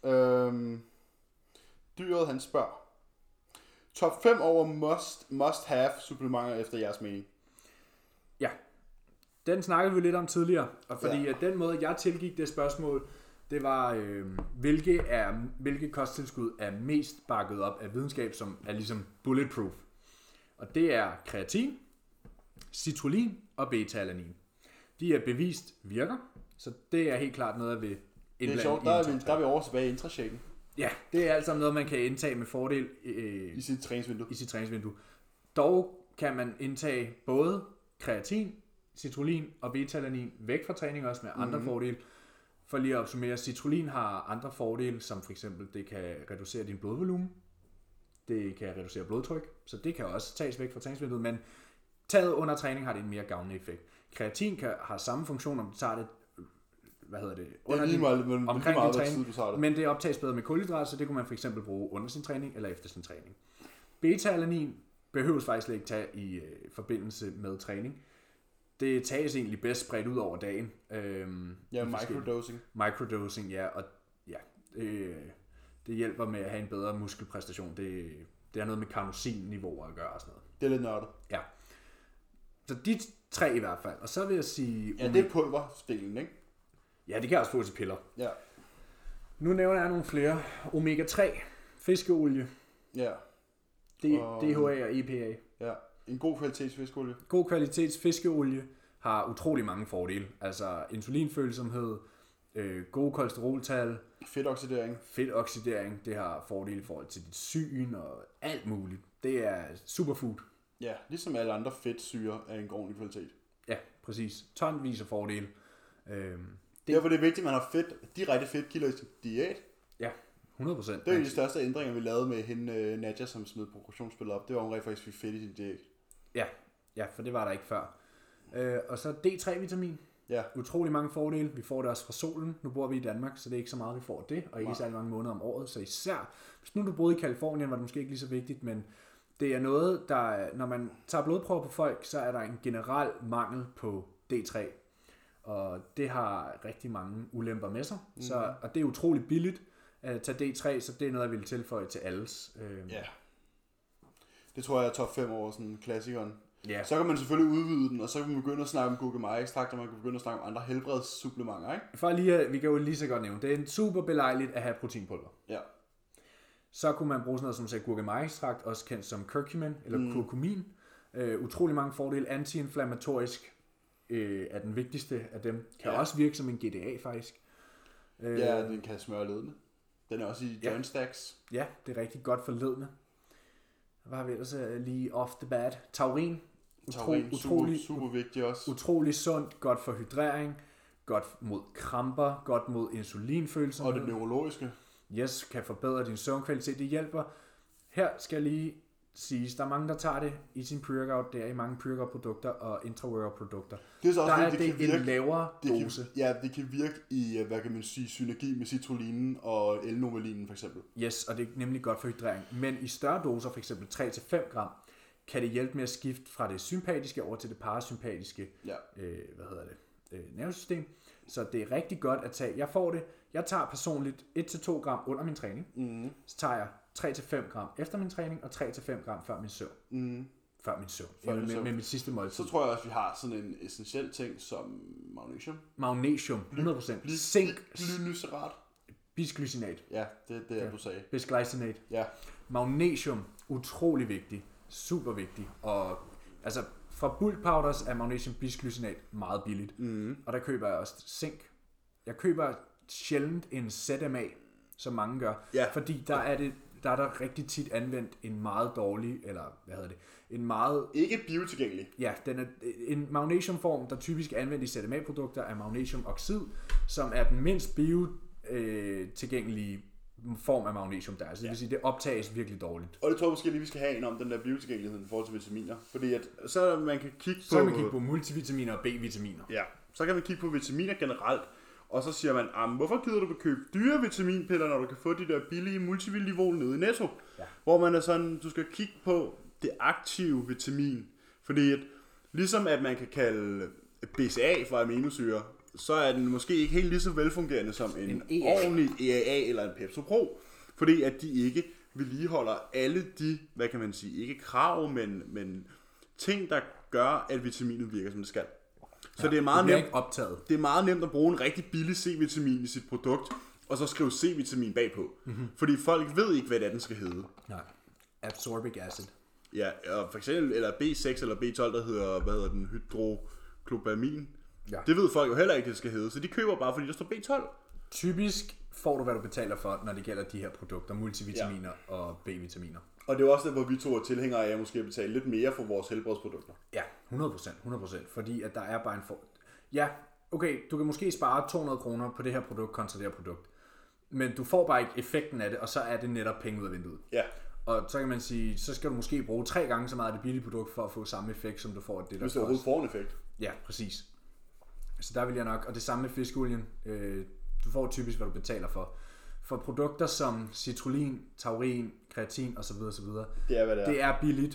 Dyret, han spørger. Top 5 over must have supplementer efter jeres mening. Ja. Den snakkede vi lidt om tidligere. Og fordi at den måde, jeg tilgik det spørgsmål, det var, hvilke kosttilskud er mest bakket op af videnskab, som er ligesom bulletproof. Og det er kreatin, citrullin og beta-alanin. De er bevist virker, så det er helt klart noget, jeg vil indblande. Det er sjovt, der er vi over tilbage i intrashaken. Ja, det er altså noget, man kan indtage med fordel i sit træningsvindue. Dog kan man indtage både kreatin, citrullin og beta-alanin væk fra træning også med andre fordele. For lige at opsummere, citrullin har andre fordele, som for eksempel, det kan reducere din blodvolumen. Det kan reducere blodtryk, så det kan også tages væk fra træningsvinduet, men taget under træning har det en mere gavnlig effekt. Kreatin har samme funktion, om du tager det, omkring din træning, men det optages bedre med kulhydrat, så det kunne man for eksempel bruge under sin træning eller efter sin træning. Beta-alanin behøves faktisk ikke tage i forbindelse med træning. Det tages egentlig bedst spredt ud over dagen. Microdosing, ja, og ja, det hjælper med at have en bedre muskelpræstation. Det har noget med carnosin-niveauer at gøre og sådan noget. Det er lidt nørdet. Ja. Så de 3 i hvert fald. Og så vil jeg sige... Ja, det er pulverstilen, ikke? Ja, det kan også få til piller. Ja. Nu nævner jeg nogle flere. Omega-3, fiskeolie, Ja. DHA og EPA. Ja, en god kvalitets fiskeolie. God kvalitets fiskeolie har utrolig mange fordele. Altså insulinfølsomhed, gode kolesteroltal, fedtoxidering, det har fordele i forhold til dit syn og alt muligt. Det er superfood. Ja, ligesom alle andre fedtsyre af en ordentlig kvalitet. Ja, præcis. Tonvis af fordele. Derfor er det vigtigt, at man har direkte fedtkilder i sin diæt. Ja, 100%. Det er de største ændringer, vi lavede med hende, Nadja, som smed progressionsspillet op. Det var, hun rent faktisk fik fedt i sin diæt. Ja, for det var der ikke før. Og så D3-vitamin. Ja. Utrolig mange fordele. Vi får det også fra solen. Nu bor vi i Danmark, så det er ikke så meget, vi får det. Og ikke særlig mange måneder om året. Så især, hvis nu du boede i Kalifornien, var det måske ikke lige så vigtigt, men det er noget, der, når man tager blodprøver på folk, så er der en generel mangel på D3. Og det har rigtig mange ulemper med sig. Så, og det er utrolig billigt at tage D3, så det er noget, jeg vil tilføje til alles. Ja. Det tror jeg er top 5 over sådan klassikeren. Ja. Så kan man selvfølgelig udvide den, og så kan man begynde at snakke om gurkemeje-ekstrakt, og man kan begynde at snakke om andre helbredssupplementer, ikke? For lige, vi kan jo lige så godt nævne, det er super belejligt at have proteinpulver. Ja. Så kunne man bruge sådan noget som sagt gurkemeje-ekstrakt, også kendt som curcumin eller kurkumin. Utrolig mange fordele. Antiinflammatorisk er den vigtigste af dem. Kan også virke som en GDA faktisk. Ja, den kan smøre ledene. Den er også i joint stacks. Ja, det er rigtig godt for ledene. Hvad har vi ellers lige off the bat? Taurin. Super vigtig også. Utrolig sundt, godt for hydrering, godt mod kramper, godt mod insulinfølsomhed. Og det neurologiske. Yes, kan forbedre din søvnkvalitet. Det hjælper. Her skal jeg lige siges, der er mange, der tager det i sin pre-workout. Det er i mange pre-workout-produkter og intra-workout-produkter. Det er så også, der er det en lavere dose. Det kan virke i, hvad kan man sige, synergi med citrullinen og L-novalinen for eksempel. Yes, og det er nemlig godt for hydrering. Men i større doser, for eksempel 3-5 gram, kan det hjælpe med at skifte fra det sympatiske over til det parasympatiske nervesystem. Så det er rigtig godt at tage. Jeg tager personligt 1-2 gram under min træning. Så tager jeg 3-5 gram efter min træning og 3-5 gram før min søvn. Før min søvn. Med mit sidste måltid. Så tror jeg også, vi har sådan en essentiel ting som magnesium. Magnesium, 100%. Zink. Glycerat. Bisglycinat. Ja, det er du sagde. Bisglycinat. Ja. Magnesium, utrolig vigtig. Super vigtig. Og altså fra bulk powders er magnesium bisglycinat meget billigt. Og der køber jeg også zink. Jeg køber sjældent en ZMA, som mange gør. Ja. Fordi der er der rigtig tit anvendt en meget dårlig, eller en meget... Ikke biotilgængelig. Ja, en magnesiumform, der typisk er anvendt i ZMA-produkter, er magnesiumoxid, som er den mindst biotilgængelige form af magnesium der. Altså det vil sige, det optages virkelig dårligt. Og det tror jeg måske lige, vi skal have en om den der biotilgængelighed i forhold til vitaminer. Fordi at, så man kan kigge på multivitaminer og B-vitaminer. Ja, så kan man kigge på vitaminer generelt. Og så siger man, hvorfor gider du købe dyre vitaminpiller, når du kan få de der billige multivitaminivol nede i Netto? Ja. Hvor man er sådan, du skal kigge på det aktive vitamin. Fordi at, ligesom at man kan kalde BCA for aminosyre, så er den måske ikke helt lige så velfungerende som en ordentlig EAA eller en Pepto-Pro. Fordi at de ikke vedligeholder alle de, hvad kan man sige, ikke krav, men ting, der gør, at vitaminet virker, som det skal. Så det er meget nemt. Det er meget nemt at bruge en rigtig billig C-vitamin i sit produkt, og så skrive C-vitamin bagpå. Fordi folk ved ikke, hvad den skal hedde. Nej. Ascorbic acid. Ja, og for eksempel, eller B6 eller B12, der hedder, den, hydroklobamin. Ja. Det ved folk jo heller ikke, det skal hedde, så de køber bare, fordi der står B12. Typisk får du, hvad du betaler for, når det gælder de her produkter, multivitaminer og B-vitaminer. Og det er også der, hvor vi to er tilhængere af at måske betale lidt mere for vores helbredsprodukter. Ja, 100%, fordi at der er bare en Ja, okay, du kan måske spare 200 kroner på det her produkt kontra det her produkt, men du får bare ikke effekten af det, og så er det netop penge ud af vinduet. Ja. Og så kan man sige, så skal du måske bruge 3 gange så meget af det billige produkt for at få samme effekt, som du får af det, der hvis du overhovedet får en effekt. Ja, præcis. Så der vil jeg nok, og det samme med fiskeolien, du får typisk, hvad du betaler for. For produkter som citrullin, taurin, kreatin osv. Det er, hvad det er. Det er billigt.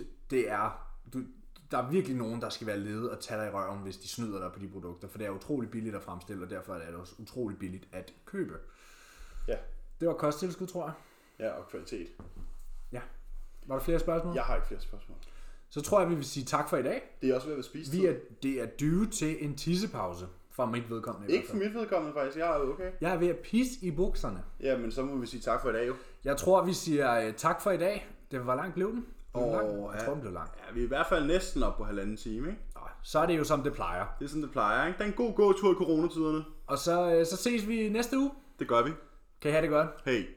Der er virkelig nogen, der skal være lede og tage dig i røven, hvis de snyder dig på de produkter. For det er utrolig billigt at fremstille, og derfor er det også utrolig billigt at købe. Ja. Det var kosttilskud, tror jeg. Ja, og kvalitet. Ja. Var der flere spørgsmål? Jeg har ikke flere spørgsmål. så tror jeg, vi vil sige tak for i dag. Det er også ved at være spist. Det er due til en tissepause. For mit vedkommende. Ikke for mit vedkommende faktisk, jeg er okay. Jeg er ved at pisse i bukserne. Ja, men så må vi sige tak for i dag jo. Jeg tror, vi siger tak for i dag. Hvor langt blev den? Jeg tror, den blev lang. Ja, vi er i hvert fald næsten op på 1,5 time, ikke? Så er det jo som det plejer. Det er sådan, det plejer, ikke? Det er en god gåtur i coronatiderne. Og så ses vi næste uge. Det gør vi. Kan I have det godt? Hej.